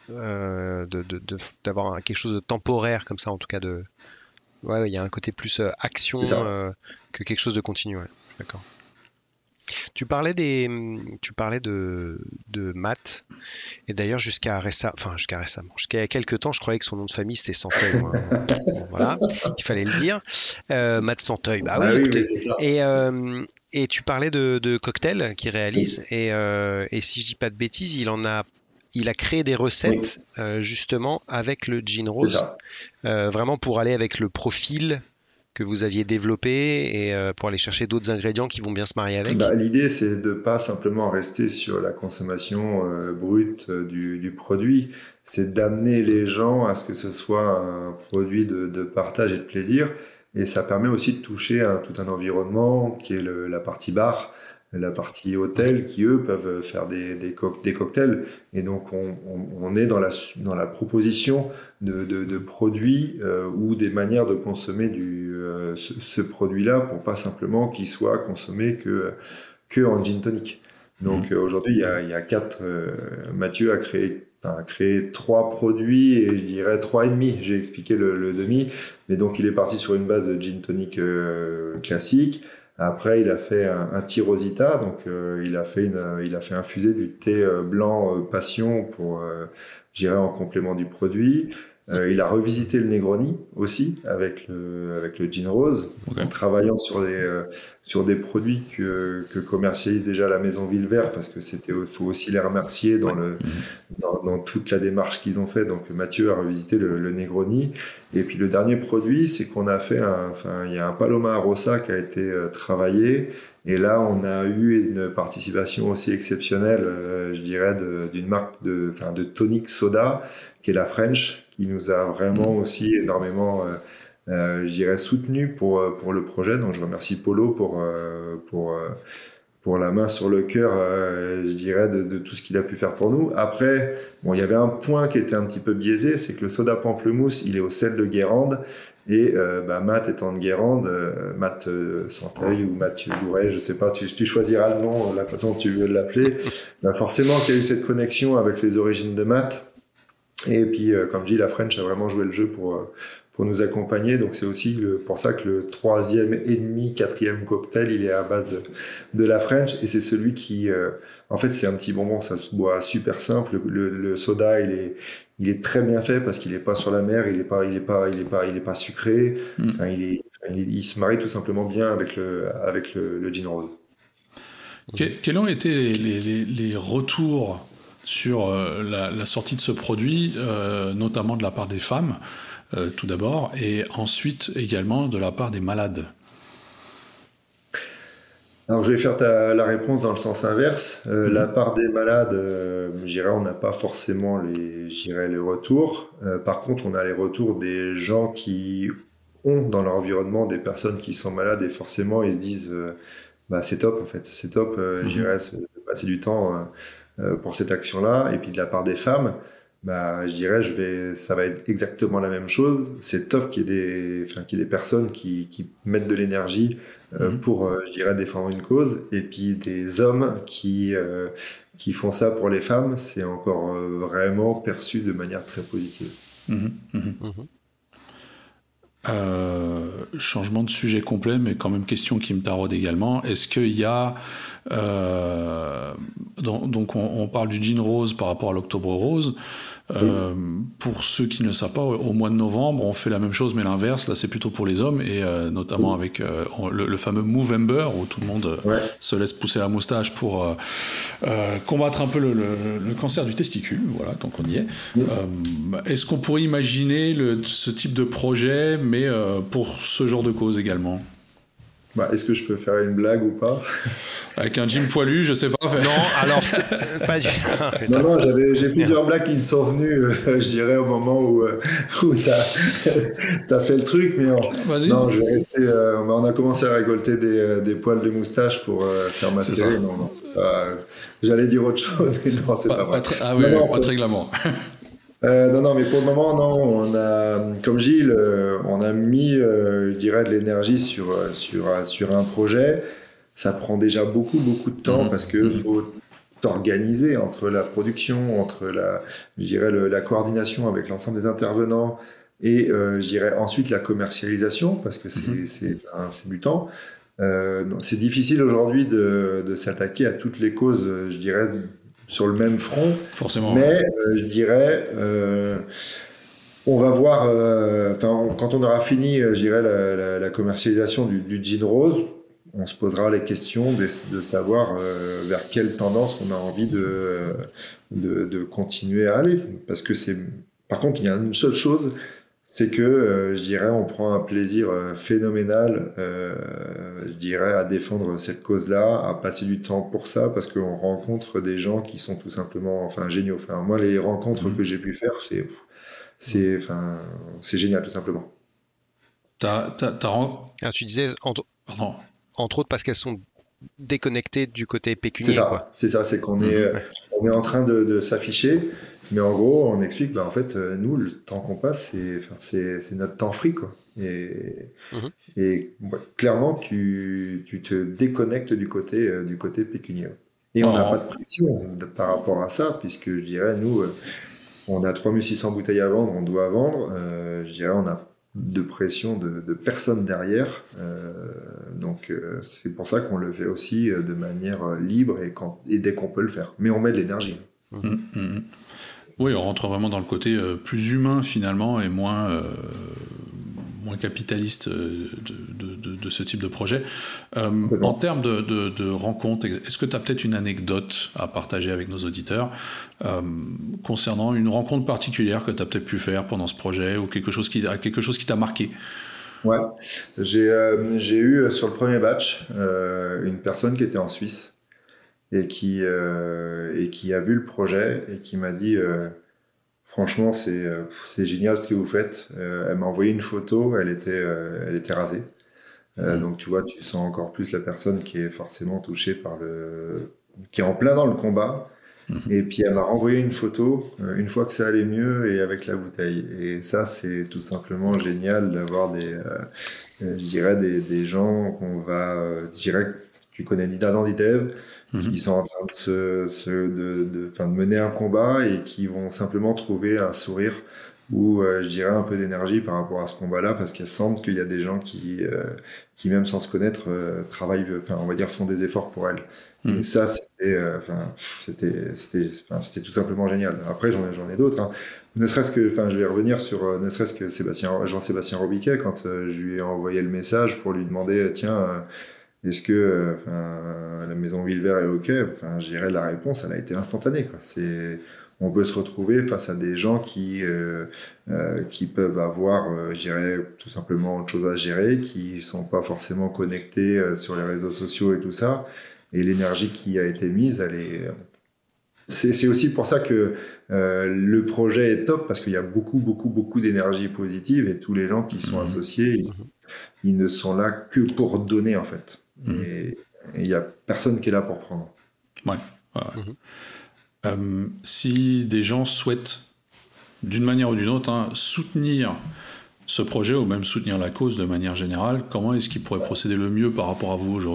d'avoir quelque chose de temporaire comme ça, en tout cas. Il y a un côté plus action que quelque chose de continu. Ouais. D'accord. Tu parlais de maths, et d'ailleurs jusqu'à récemment, jusqu'à il y a quelques temps, je croyais que son nom de famille c'était Santeuil. Bon, voilà, il fallait le dire. Maths Santeuil, oui, écoutez. C'est ça. Et tu parlais de cocktails qu'il réalise, et si je dis pas de bêtises, il a créé des recettes justement avec le gin rose, vraiment pour aller avec le profil que vous aviez développé, et pour aller chercher d'autres ingrédients qui vont bien se marier avec. L'idée, c'est de pas simplement rester sur la consommation brute du produit, c'est d'amener les gens à ce que ce soit un produit de partage et de plaisir, et ça permet aussi de toucher tout un environnement qui est la partie bar, la partie hôtel, qui eux peuvent faire des cocktails. Et donc on est dans la proposition de produits ou des manières de consommer ce produit-là, pour pas simplement qu'il soit consommé que en gin tonic. Donc aujourd'hui, il y a 4. Mathieu a créé 3 produits, et je dirais 3,5. J'ai expliqué le demi, mais donc il est parti sur une base de gin tonic classique. Après, il a fait un thé Rosita, donc il a fait infuser du thé blanc passion pour, je dirais, en complément du produit. Il a revisité le Negroni aussi avec le gin rose, en travaillant sur des produits que commercialise déjà la Maison Villevert, parce que faut aussi les remercier dans toute la démarche qu'ils ont fait. Donc Mathieu a revisité le Negroni. Et puis le dernier produit, c'est qu'on a fait il y a un Paloma Rossa qui a été travaillé. Et là, on a eu une participation aussi exceptionnelle, je dirais, d'une marque de tonic soda, qui est la French, qui nous a vraiment aussi énormément, je dirais, soutenu pour le projet. Donc je remercie Polo pour la main sur le cœur, je dirais, de tout ce qu'il a pu faire pour nous. Après, il y avait un point qui était un petit peu biaisé, c'est que le soda pamplemousse, il est au sel de Guérande. Et Matt étant de Guérande, Matt Santeuil ou Mathieu Louret, je sais pas, tu choisiras le nom, la façon dont tu veux l'appeler. Forcément qu'il y a eu cette connexion avec les origines de Matt. Et puis, comme je dis, la French a vraiment joué le jeu pour nous accompagner. Donc c'est aussi pour ça que le 4e cocktail, il est à base de la French, et c'est celui qui, en fait, c'est un petit bonbon, ça se boit super simple. Le soda, il est très bien fait parce qu'il est pas sur la mer, il est pas sucré. Enfin, il se marie tout simplement bien avec le gin rose. Quels ont été les retours sur la sortie de ce produit, notamment de la part des femmes? tout d'abord, et ensuite également de la part des malades. Alors, je vais faire la réponse dans le sens inverse. La part des malades, je dirais, on n'a pas forcément les retours. Par contre, on a les retours des gens qui ont dans leur environnement des personnes qui sont malades et forcément, ils se disent, bah, c'est top en fait, c'est top, je dirais, de passer du temps pour cette action-là. Et puis de la part des femmes, bah, je dirais, ça va être exactement la même chose. C'est top qu'il y ait des personnes qui mettent de l'énergie pour, je dirais, défendre une cause. Et puis des hommes qui font ça pour les femmes, c'est encore vraiment perçu de manière très positive. Changement de sujet complet, mais quand même question qui me taraude également. Est-ce qu'il y a... donc on parle du jean rose par rapport à l'octobre rose. Pour ceux qui ne savent pas, au mois de novembre, on fait la même chose mais l'inverse. Là, c'est plutôt pour les hommes et notamment avec le fameux Movember où tout le monde se laisse pousser la moustache pour combattre un peu le cancer du testicule. Voilà, donc on y est. Est-ce qu'on pourrait imaginer ce type de projet, mais pour ce genre de cause également? Bah, est-ce que je peux faire une blague ou pas? Avec un jean poilu, je sais pas. Non, alors, pas du... Non, j'ai plusieurs blagues qui sont venues, je dirais, au moment où t'as fait le truc, mais non, je vais rester... on a commencé à récolter des poils de moustache pour faire ma série. Non. J'allais dire autre chose, mais non, c'est pas vrai. Pas très glamour. Non, mais pour le moment, non. On a, comme Gilles, on a mis, je dirais, de l'énergie sur un projet. Ça prend déjà beaucoup de temps parce que faut t'organiser entre la production, entre la coordination avec l'ensemble des intervenants et, je dirais, ensuite la commercialisation parce que c'est du temps. C'est difficile aujourd'hui de s'attaquer à toutes les causes, je dirais, sur le même front. Forcément. Mais je dirais, on va voir, quand on aura fini, je dirais, la commercialisation du jean rose, on se posera les questions de savoir vers quelle tendance on a envie de continuer à aller. Parce que par contre, il y a une seule chose, c'est que, je dirais, on prend un plaisir phénoménal, je dirais, à défendre cette cause-là, à passer du temps pour ça, parce qu'on rencontre des gens qui sont tout simplement, géniaux. Moi, les rencontres que j'ai pu faire, c'est génial, tout simplement. Tu disais, Pardon. Entre autres parce qu'elles sont déconnectées du côté pécunier. C'est ça, c'est qu'on on est en train de s'afficher, mais en gros, on explique, en fait, nous, le temps qu'on passe, c'est notre temps free, quoi. Et clairement, tu te déconnectes du côté pécunier. Et on n'a pas de pression par rapport à ça, puisque je dirais, nous, on a 3600 bouteilles à vendre, on doit vendre, je dirais, on a de pression de personne derrière, donc c'est pour ça qu'on le fait aussi de manière libre et dès qu'on peut le faire, mais on met de l'énergie. Oui, on rentre vraiment dans le côté plus humain finalement et moins capitaliste de ce type de projet. En termes de rencontres, est-ce que tu as peut-être une anecdote à partager avec nos auditeurs concernant une rencontre particulière que tu as peut-être pu faire pendant ce projet ou quelque chose qui t'a marqué? Ouais, j'ai eu sur le premier batch une personne qui était en Suisse et qui a vu le projet et qui m'a dit franchement c'est génial ce que vous faites. Elle m'a envoyé une photo, elle était rasée. Donc tu vois, tu sens encore plus la personne qui est forcément touchée qui est en plein dans le combat. Et puis elle m'a renvoyé une photo une fois que ça allait mieux et avec la bouteille. Et ça, c'est tout simplement génial d'avoir je dirais des gens qu'on va, je dirais, tu connais Nidadan Didev, qui sont en train de mener un combat et qui vont simplement trouver un sourire ou je dirais un peu d'énergie par rapport à ce combat-là, parce qu'elles sentent qu'il y a des gens qui même sans se connaître travaillent, on va dire font des efforts pour elles. Et ça, c'était tout simplement génial. Après, j'en ai d'autres. Hein. Ne serait-ce que, je vais revenir sur, ne serait-ce que Jean-Sébastien Robiquet, quand je lui ai envoyé le message pour lui demander, tiens, est-ce que la maison Villevert est OK? Je dirais la réponse, elle a été instantanée, quoi. on peut se retrouver face à des gens qui peuvent avoir, je dirais, tout simplement autre chose à gérer, qui sont pas forcément connectés sur les réseaux sociaux et tout ça. Et l'énergie qui a été mise, c'est aussi pour ça que le projet est top, parce qu'il y a beaucoup d'énergie positive, et tous les gens qui sont associés, ils ne sont là que pour donner, en fait. Et il n'y a personne qui est là pour prendre. Ouais. Si des gens souhaitent, d'une manière ou d'une autre, soutenir ce projet, ou même soutenir la cause de manière générale, comment est-ce qu'ils pourraient procéder le mieux par rapport à vous aujourd'hui ?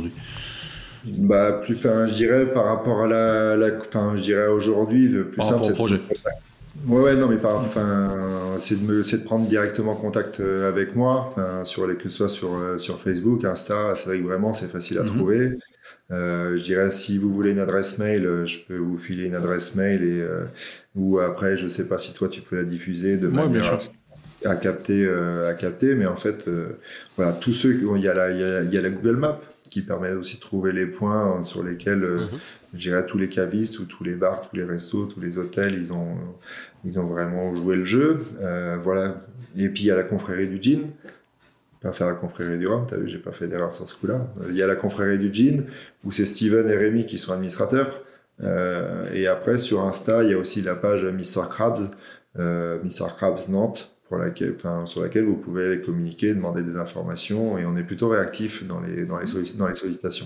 Je dirais par rapport à je dirais aujourd'hui, le plus simple, c'est au projet. Non, mais c'est de prendre directement contact avec moi, que ce soit sur Facebook, Insta. C'est vrai que vraiment c'est facile à trouver. Je dirais, si vous voulez une adresse mail, je peux vous filer une adresse mail, ou après, je sais pas si toi tu peux la diffuser de manière à capter, mais en fait, voilà, tous ceux il y a la Google Maps qui permet aussi de trouver les points sur lesquels, je dirais, tous les cavistes ou tous les bars, tous les restos, tous les hôtels, ils ont vraiment joué le jeu. Voilà. Et puis il y a la confrérie du gin. Pas faire la confrérie du rhum, t'as vu, j'ai pas fait d'erreur sur ce coup-là. Il y a la confrérie du gin, où c'est Steven et Rémi qui sont administrateurs. Et après, sur Insta, il y a aussi la page Mr. Krabs, Mr. Krabs Nantes, sur laquelle vous pouvez aller communiquer, demander des informations, et on est plutôt réactif dans les sollicitations.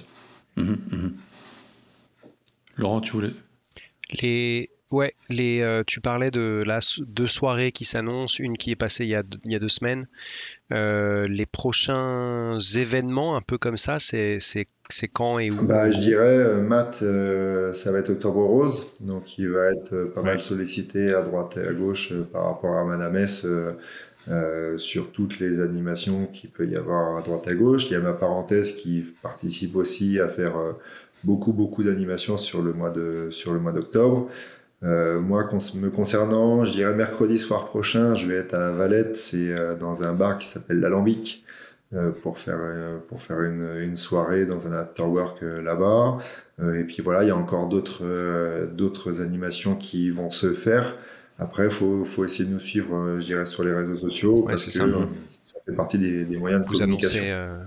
Laurent, tu voulais... tu parlais de deux soirées qui s'annoncent, une qui est passée il y a 2 semaines. Les prochains événements, un peu comme ça, c'est quand et où? Je dirais, Matt, ça va être Octobre Rose, donc il va être pas mal sollicité à droite et à gauche par rapport à Madame S, sur toutes les animations qu'il peut y avoir à droite et à gauche. Il y a ma parenthèse qui participe aussi à faire beaucoup d'animations sur le mois d'octobre. Moi, me concernant, je dirais mercredi soir prochain, je vais être à Valette, c'est dans un bar qui s'appelle l'Alambic, pour faire une soirée dans un afterwork là-bas. Et puis voilà, il y a encore d'autres animations qui vont se faire. Après, faut essayer de nous suivre, je dirais, sur les réseaux sociaux, parce que ça fait partie des moyens de communication.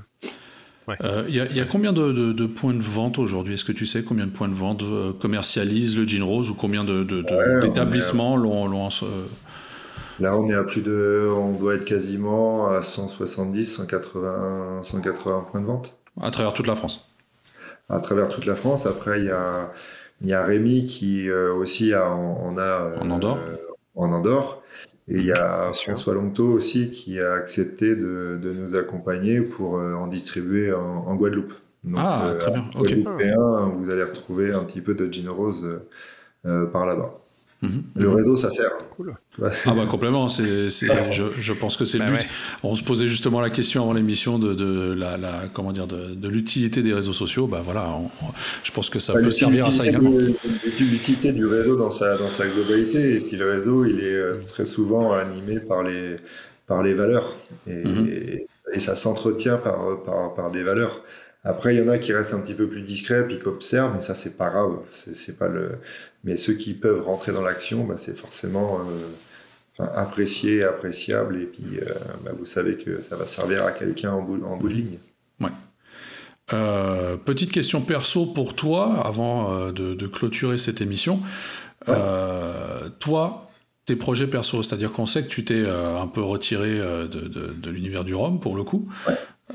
Il y a combien de points de vente aujourd'hui ? Est-ce que tu sais combien de points de vente commercialisent le Gin Rose, ou combien d'établissements l'ont Là, on est on doit être quasiment à 170, 180 points de vente. À travers toute la France. À travers toute la France. Après, il y a Rémi qui aussi en Andorre. En Andorre. Et il y a François Longto aussi qui a accepté de nous accompagner pour en distribuer en Guadeloupe. Donc, très bien. Guadeloupéen, vous allez retrouver un petit peu de Gin Rose par là-bas. Le réseau, ça sert. Cool. Complètement. Je pense que c'est le but. Ouais. On se posait justement la question avant l'émission de l'utilité des réseaux sociaux. Je pense que ça peut servir à ça également. L'utilité du réseau dans sa globalité. Et puis le réseau, il est très souvent animé par les valeurs. Et ça s'entretient par des valeurs. Après, il y en a qui restent un petit peu plus discrets puis qui observent, mais ça, c'est pas grave. C'est pas mais ceux qui peuvent rentrer dans l'action, c'est forcément apprécié, appréciable. Et puis, vous savez que ça va servir à quelqu'un en bout de ligne. Ouais. Petite question perso pour toi, avant de clôturer cette émission. Ouais. Toi, tes projets perso, c'est-à-dire qu'on sait que tu t'es un peu retiré de l'univers du rhum, pour le coup. Ouais.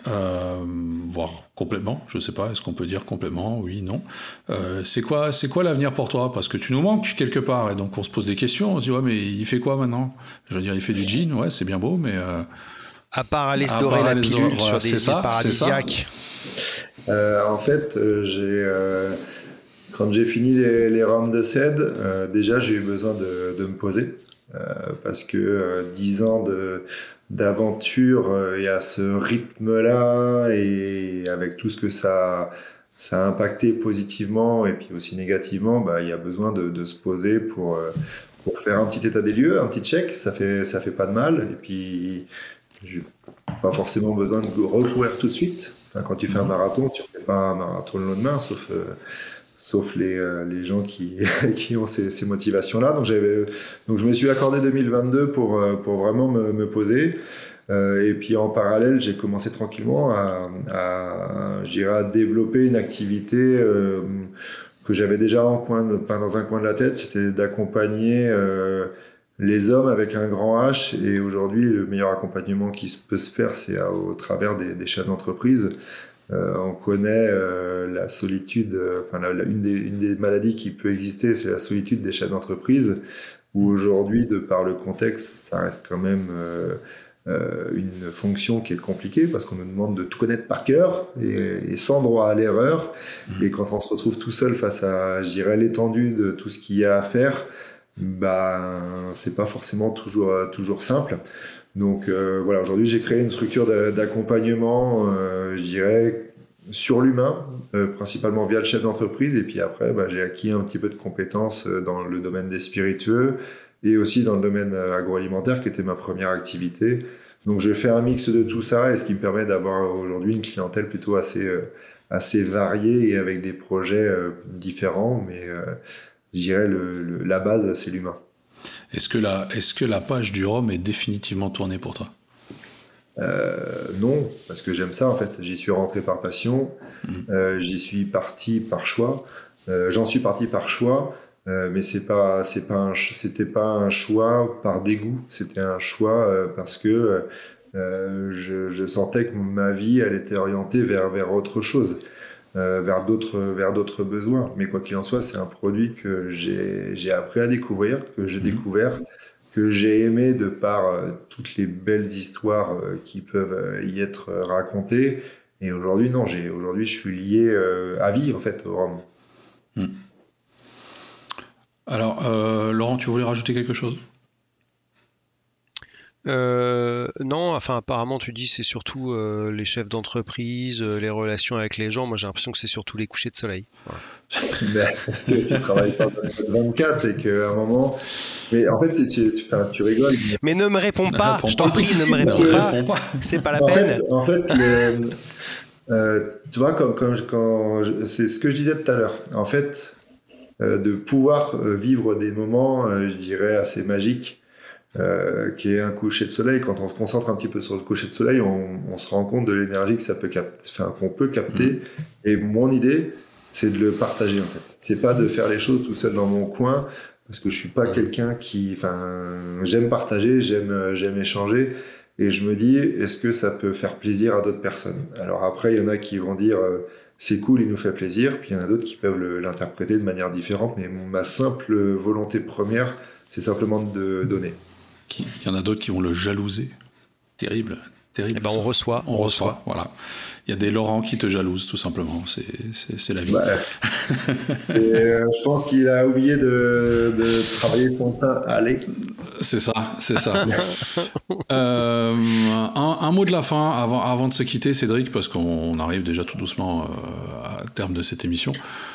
Voire complètement, je sais pas, est-ce qu'on peut dire complètement, oui, non. C'est quoi l'avenir pour toi ? Parce que tu nous manques quelque part, et donc on se pose des questions, on se dit mais il fait quoi maintenant ? Je veux dire, il fait du gin, ouais, c'est bien beau, mais à part aller se dorer la pilule sur des îles paradisiaques. En fait, quand j'ai fini les rhums de cèdre, déjà j'ai eu besoin de me poser, parce que 10 ans d'aventure et à ce rythme-là, et avec tout ce que ça a impacté positivement et puis aussi négativement, il y a besoin de se poser pour faire un petit état des lieux, un petit check, ça fait pas de mal. Et puis j'ai pas forcément besoin de recourir tout de suite. Quand tu fais un marathon, tu ne fais pas un marathon le lendemain, sauf sauf les gens qui ont ces motivations-là. Donc je me suis accordé 2022 pour vraiment me poser. Et puis en parallèle, j'ai commencé tranquillement à développer une activité que j'avais déjà dans un coin de la tête, c'était d'accompagner les hommes avec un grand H. Et aujourd'hui, le meilleur accompagnement qui peut se faire, c'est au travers des chefs d'entreprise. On connaît la solitude, une des maladies qui peut exister, c'est la solitude des chefs d'entreprise, où aujourd'hui, de par le contexte, ça reste quand même une fonction qui est compliquée parce qu'on nous demande de tout connaître par cœur et sans droit à l'erreur. Et quand on se retrouve tout seul face à, l'étendue de tout ce qu'il y a à faire, c'est pas forcément toujours simple. Donc voilà, aujourd'hui j'ai créé une structure d'accompagnement, sur l'humain, principalement via le chef d'entreprise. Et puis après, j'ai acquis un petit peu de compétences dans le domaine des spiritueux et aussi dans le domaine agroalimentaire qui était ma première activité. Donc j'ai fait un mix de tout ça, et ce qui me permet d'avoir aujourd'hui une clientèle plutôt assez variée et avec des projets différents, mais la base, c'est l'humain. Est-ce que la page du rhum est définitivement tournée pour toi ? Non, parce que j'aime ça en fait. J'y suis rentré par passion, j'y suis parti par choix. J'en suis parti par choix, mais c'était pas un choix par dégoût. C'était un choix parce que je sentais que ma vie, elle était orientée vers autre chose. Vers d'autres besoins. Mais quoi qu'il en soit, c'est un produit que j'ai appris à découvrir, que j'ai découvert, que j'ai aimé de par toutes les belles histoires qui peuvent y être racontées. Et aujourd'hui, je suis lié à vie, en fait, au rhum. Alors, Laurent, tu voulais rajouter quelque chose ? Non, enfin apparemment tu dis c'est surtout les chefs d'entreprise, les relations avec les gens. Moi j'ai l'impression que c'est surtout les couchers de soleil. Voilà. Parce que tu travailles pas dans 24 et qu'à un moment... Mais en fait, tu rigoles. Mais ne me réponds pas, je t'en prie, ne me réponds pas. C'est pas la peine. En fait, tu vois, c'est ce que je disais tout à l'heure. En fait, de pouvoir vivre des moments, assez magiques, qui est un coucher de soleil. Quand on se concentre un petit peu sur le coucher de soleil, on se rend compte de l'énergie que qu'on peut capter. Et mon idée, c'est de le partager en fait. C'est pas de faire les choses tout seul dans mon coin, parce que je suis pas quelqu'un j'aime partager, j'aime échanger, et je me dis, est-ce que ça peut faire plaisir à d'autres personnes ? Alors après, il y en a qui vont dire c'est cool, il nous fait plaisir, puis il y en a d'autres qui peuvent l'interpréter de manière différente, mais ma simple volonté première, c'est simplement de donner. Il y en a d'autres qui vont le jalouser. Terrible. Eh ben on reçoit. Voilà. Il y a des Laurent qui te jalousent, tout simplement. C'est la vie. Je pense qu'il a oublié de travailler son teint. Allez. C'est ça. Un mot de la fin avant de se quitter, Cédric, parce qu'on arrive déjà tout doucement à terme de cette émission.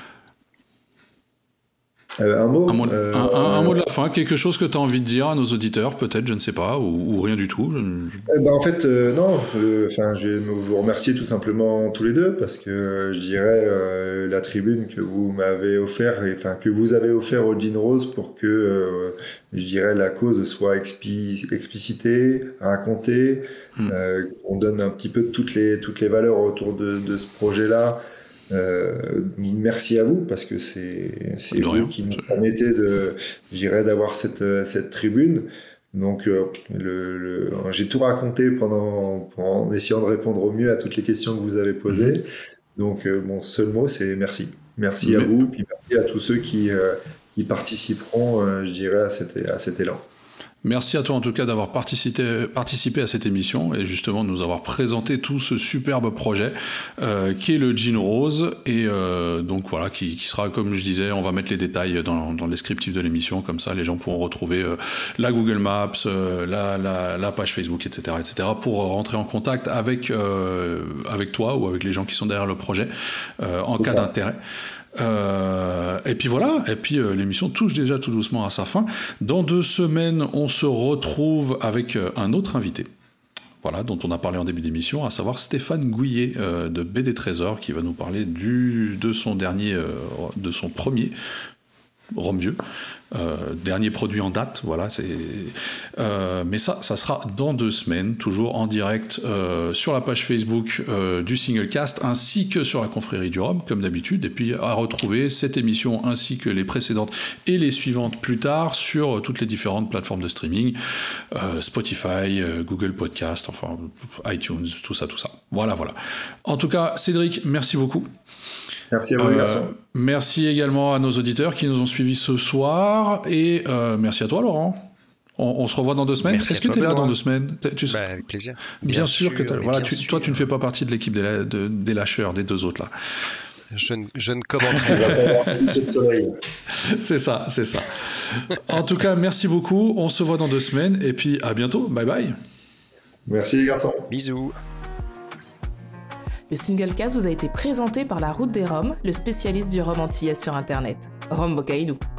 Un mot de la fin, quelque chose que tu as envie de dire à nos auditeurs, peut-être, je ne sais pas, ou rien du tout. En fait, non. Je vais vous remercier tout simplement tous les deux, parce que je dirais la tribune que vous m'avez offert, que vous avez offert au Gin Rose pour que la cause soit explicitée, racontée, on donne un petit peu toutes les valeurs autour de ce projet-là. Merci à vous, parce que c'est vous qui nous permettez d'avoir cette tribune. Donc j'ai tout raconté en essayant de répondre au mieux à toutes les questions que vous avez posées. Donc mon seul mot, c'est merci. Merci à vous, puis merci à tous ceux qui participeront, à cet élan. Merci à toi en tout cas d'avoir participé à cette émission et justement de nous avoir présenté tout ce superbe projet qui est le Gin Rose, et donc voilà, qui sera, comme je disais, on va mettre les détails dans le descriptif de l'émission, comme ça les gens pourront retrouver la Google Maps, la page Facebook, etc., pour rentrer en contact avec toi ou avec les gens qui sont derrière le projet en cas d'intérêt. Et puis voilà, l'émission touche déjà tout doucement à sa fin. Dans 2 semaines, on se retrouve avec un autre invité. voilà, dont on a parlé en début d'émission, à savoir Stéphane Gouillet de BD Trésor, qui va nous parler de son premier Rome vieux, dernier produit en date, voilà. Mais ça sera dans 2 semaines, toujours en direct sur la page Facebook du Singlecast, ainsi que sur la confrérie du Rhum, comme d'habitude, et puis à retrouver cette émission ainsi que les précédentes et les suivantes plus tard sur toutes les différentes plateformes de streaming, Spotify, Google Podcast, enfin iTunes, tout ça. Voilà. En tout cas, Cédric, merci beaucoup. Merci à vous, les garçons. Merci également à nos auditeurs qui nous ont suivis ce soir, et merci à toi, Laurent. On se revoit dans 2 semaines. Merci. Est-ce que tu es là dans 2 semaines? Avec plaisir. Bien sûr que tu es là. Voilà, toi, tu ne fais pas partie de l'équipe des lâcheurs, des 2 autres là. Je ne commenterai pas. C'est ça. En tout cas, merci beaucoup. On se voit dans 2 semaines, et puis à bientôt. Bye bye. Merci les garçons. Bisous. Le Singlecast vous a été présenté par La Route des Roms, le spécialiste du rhum antillais sur Internet. Rhum Bocaïdou.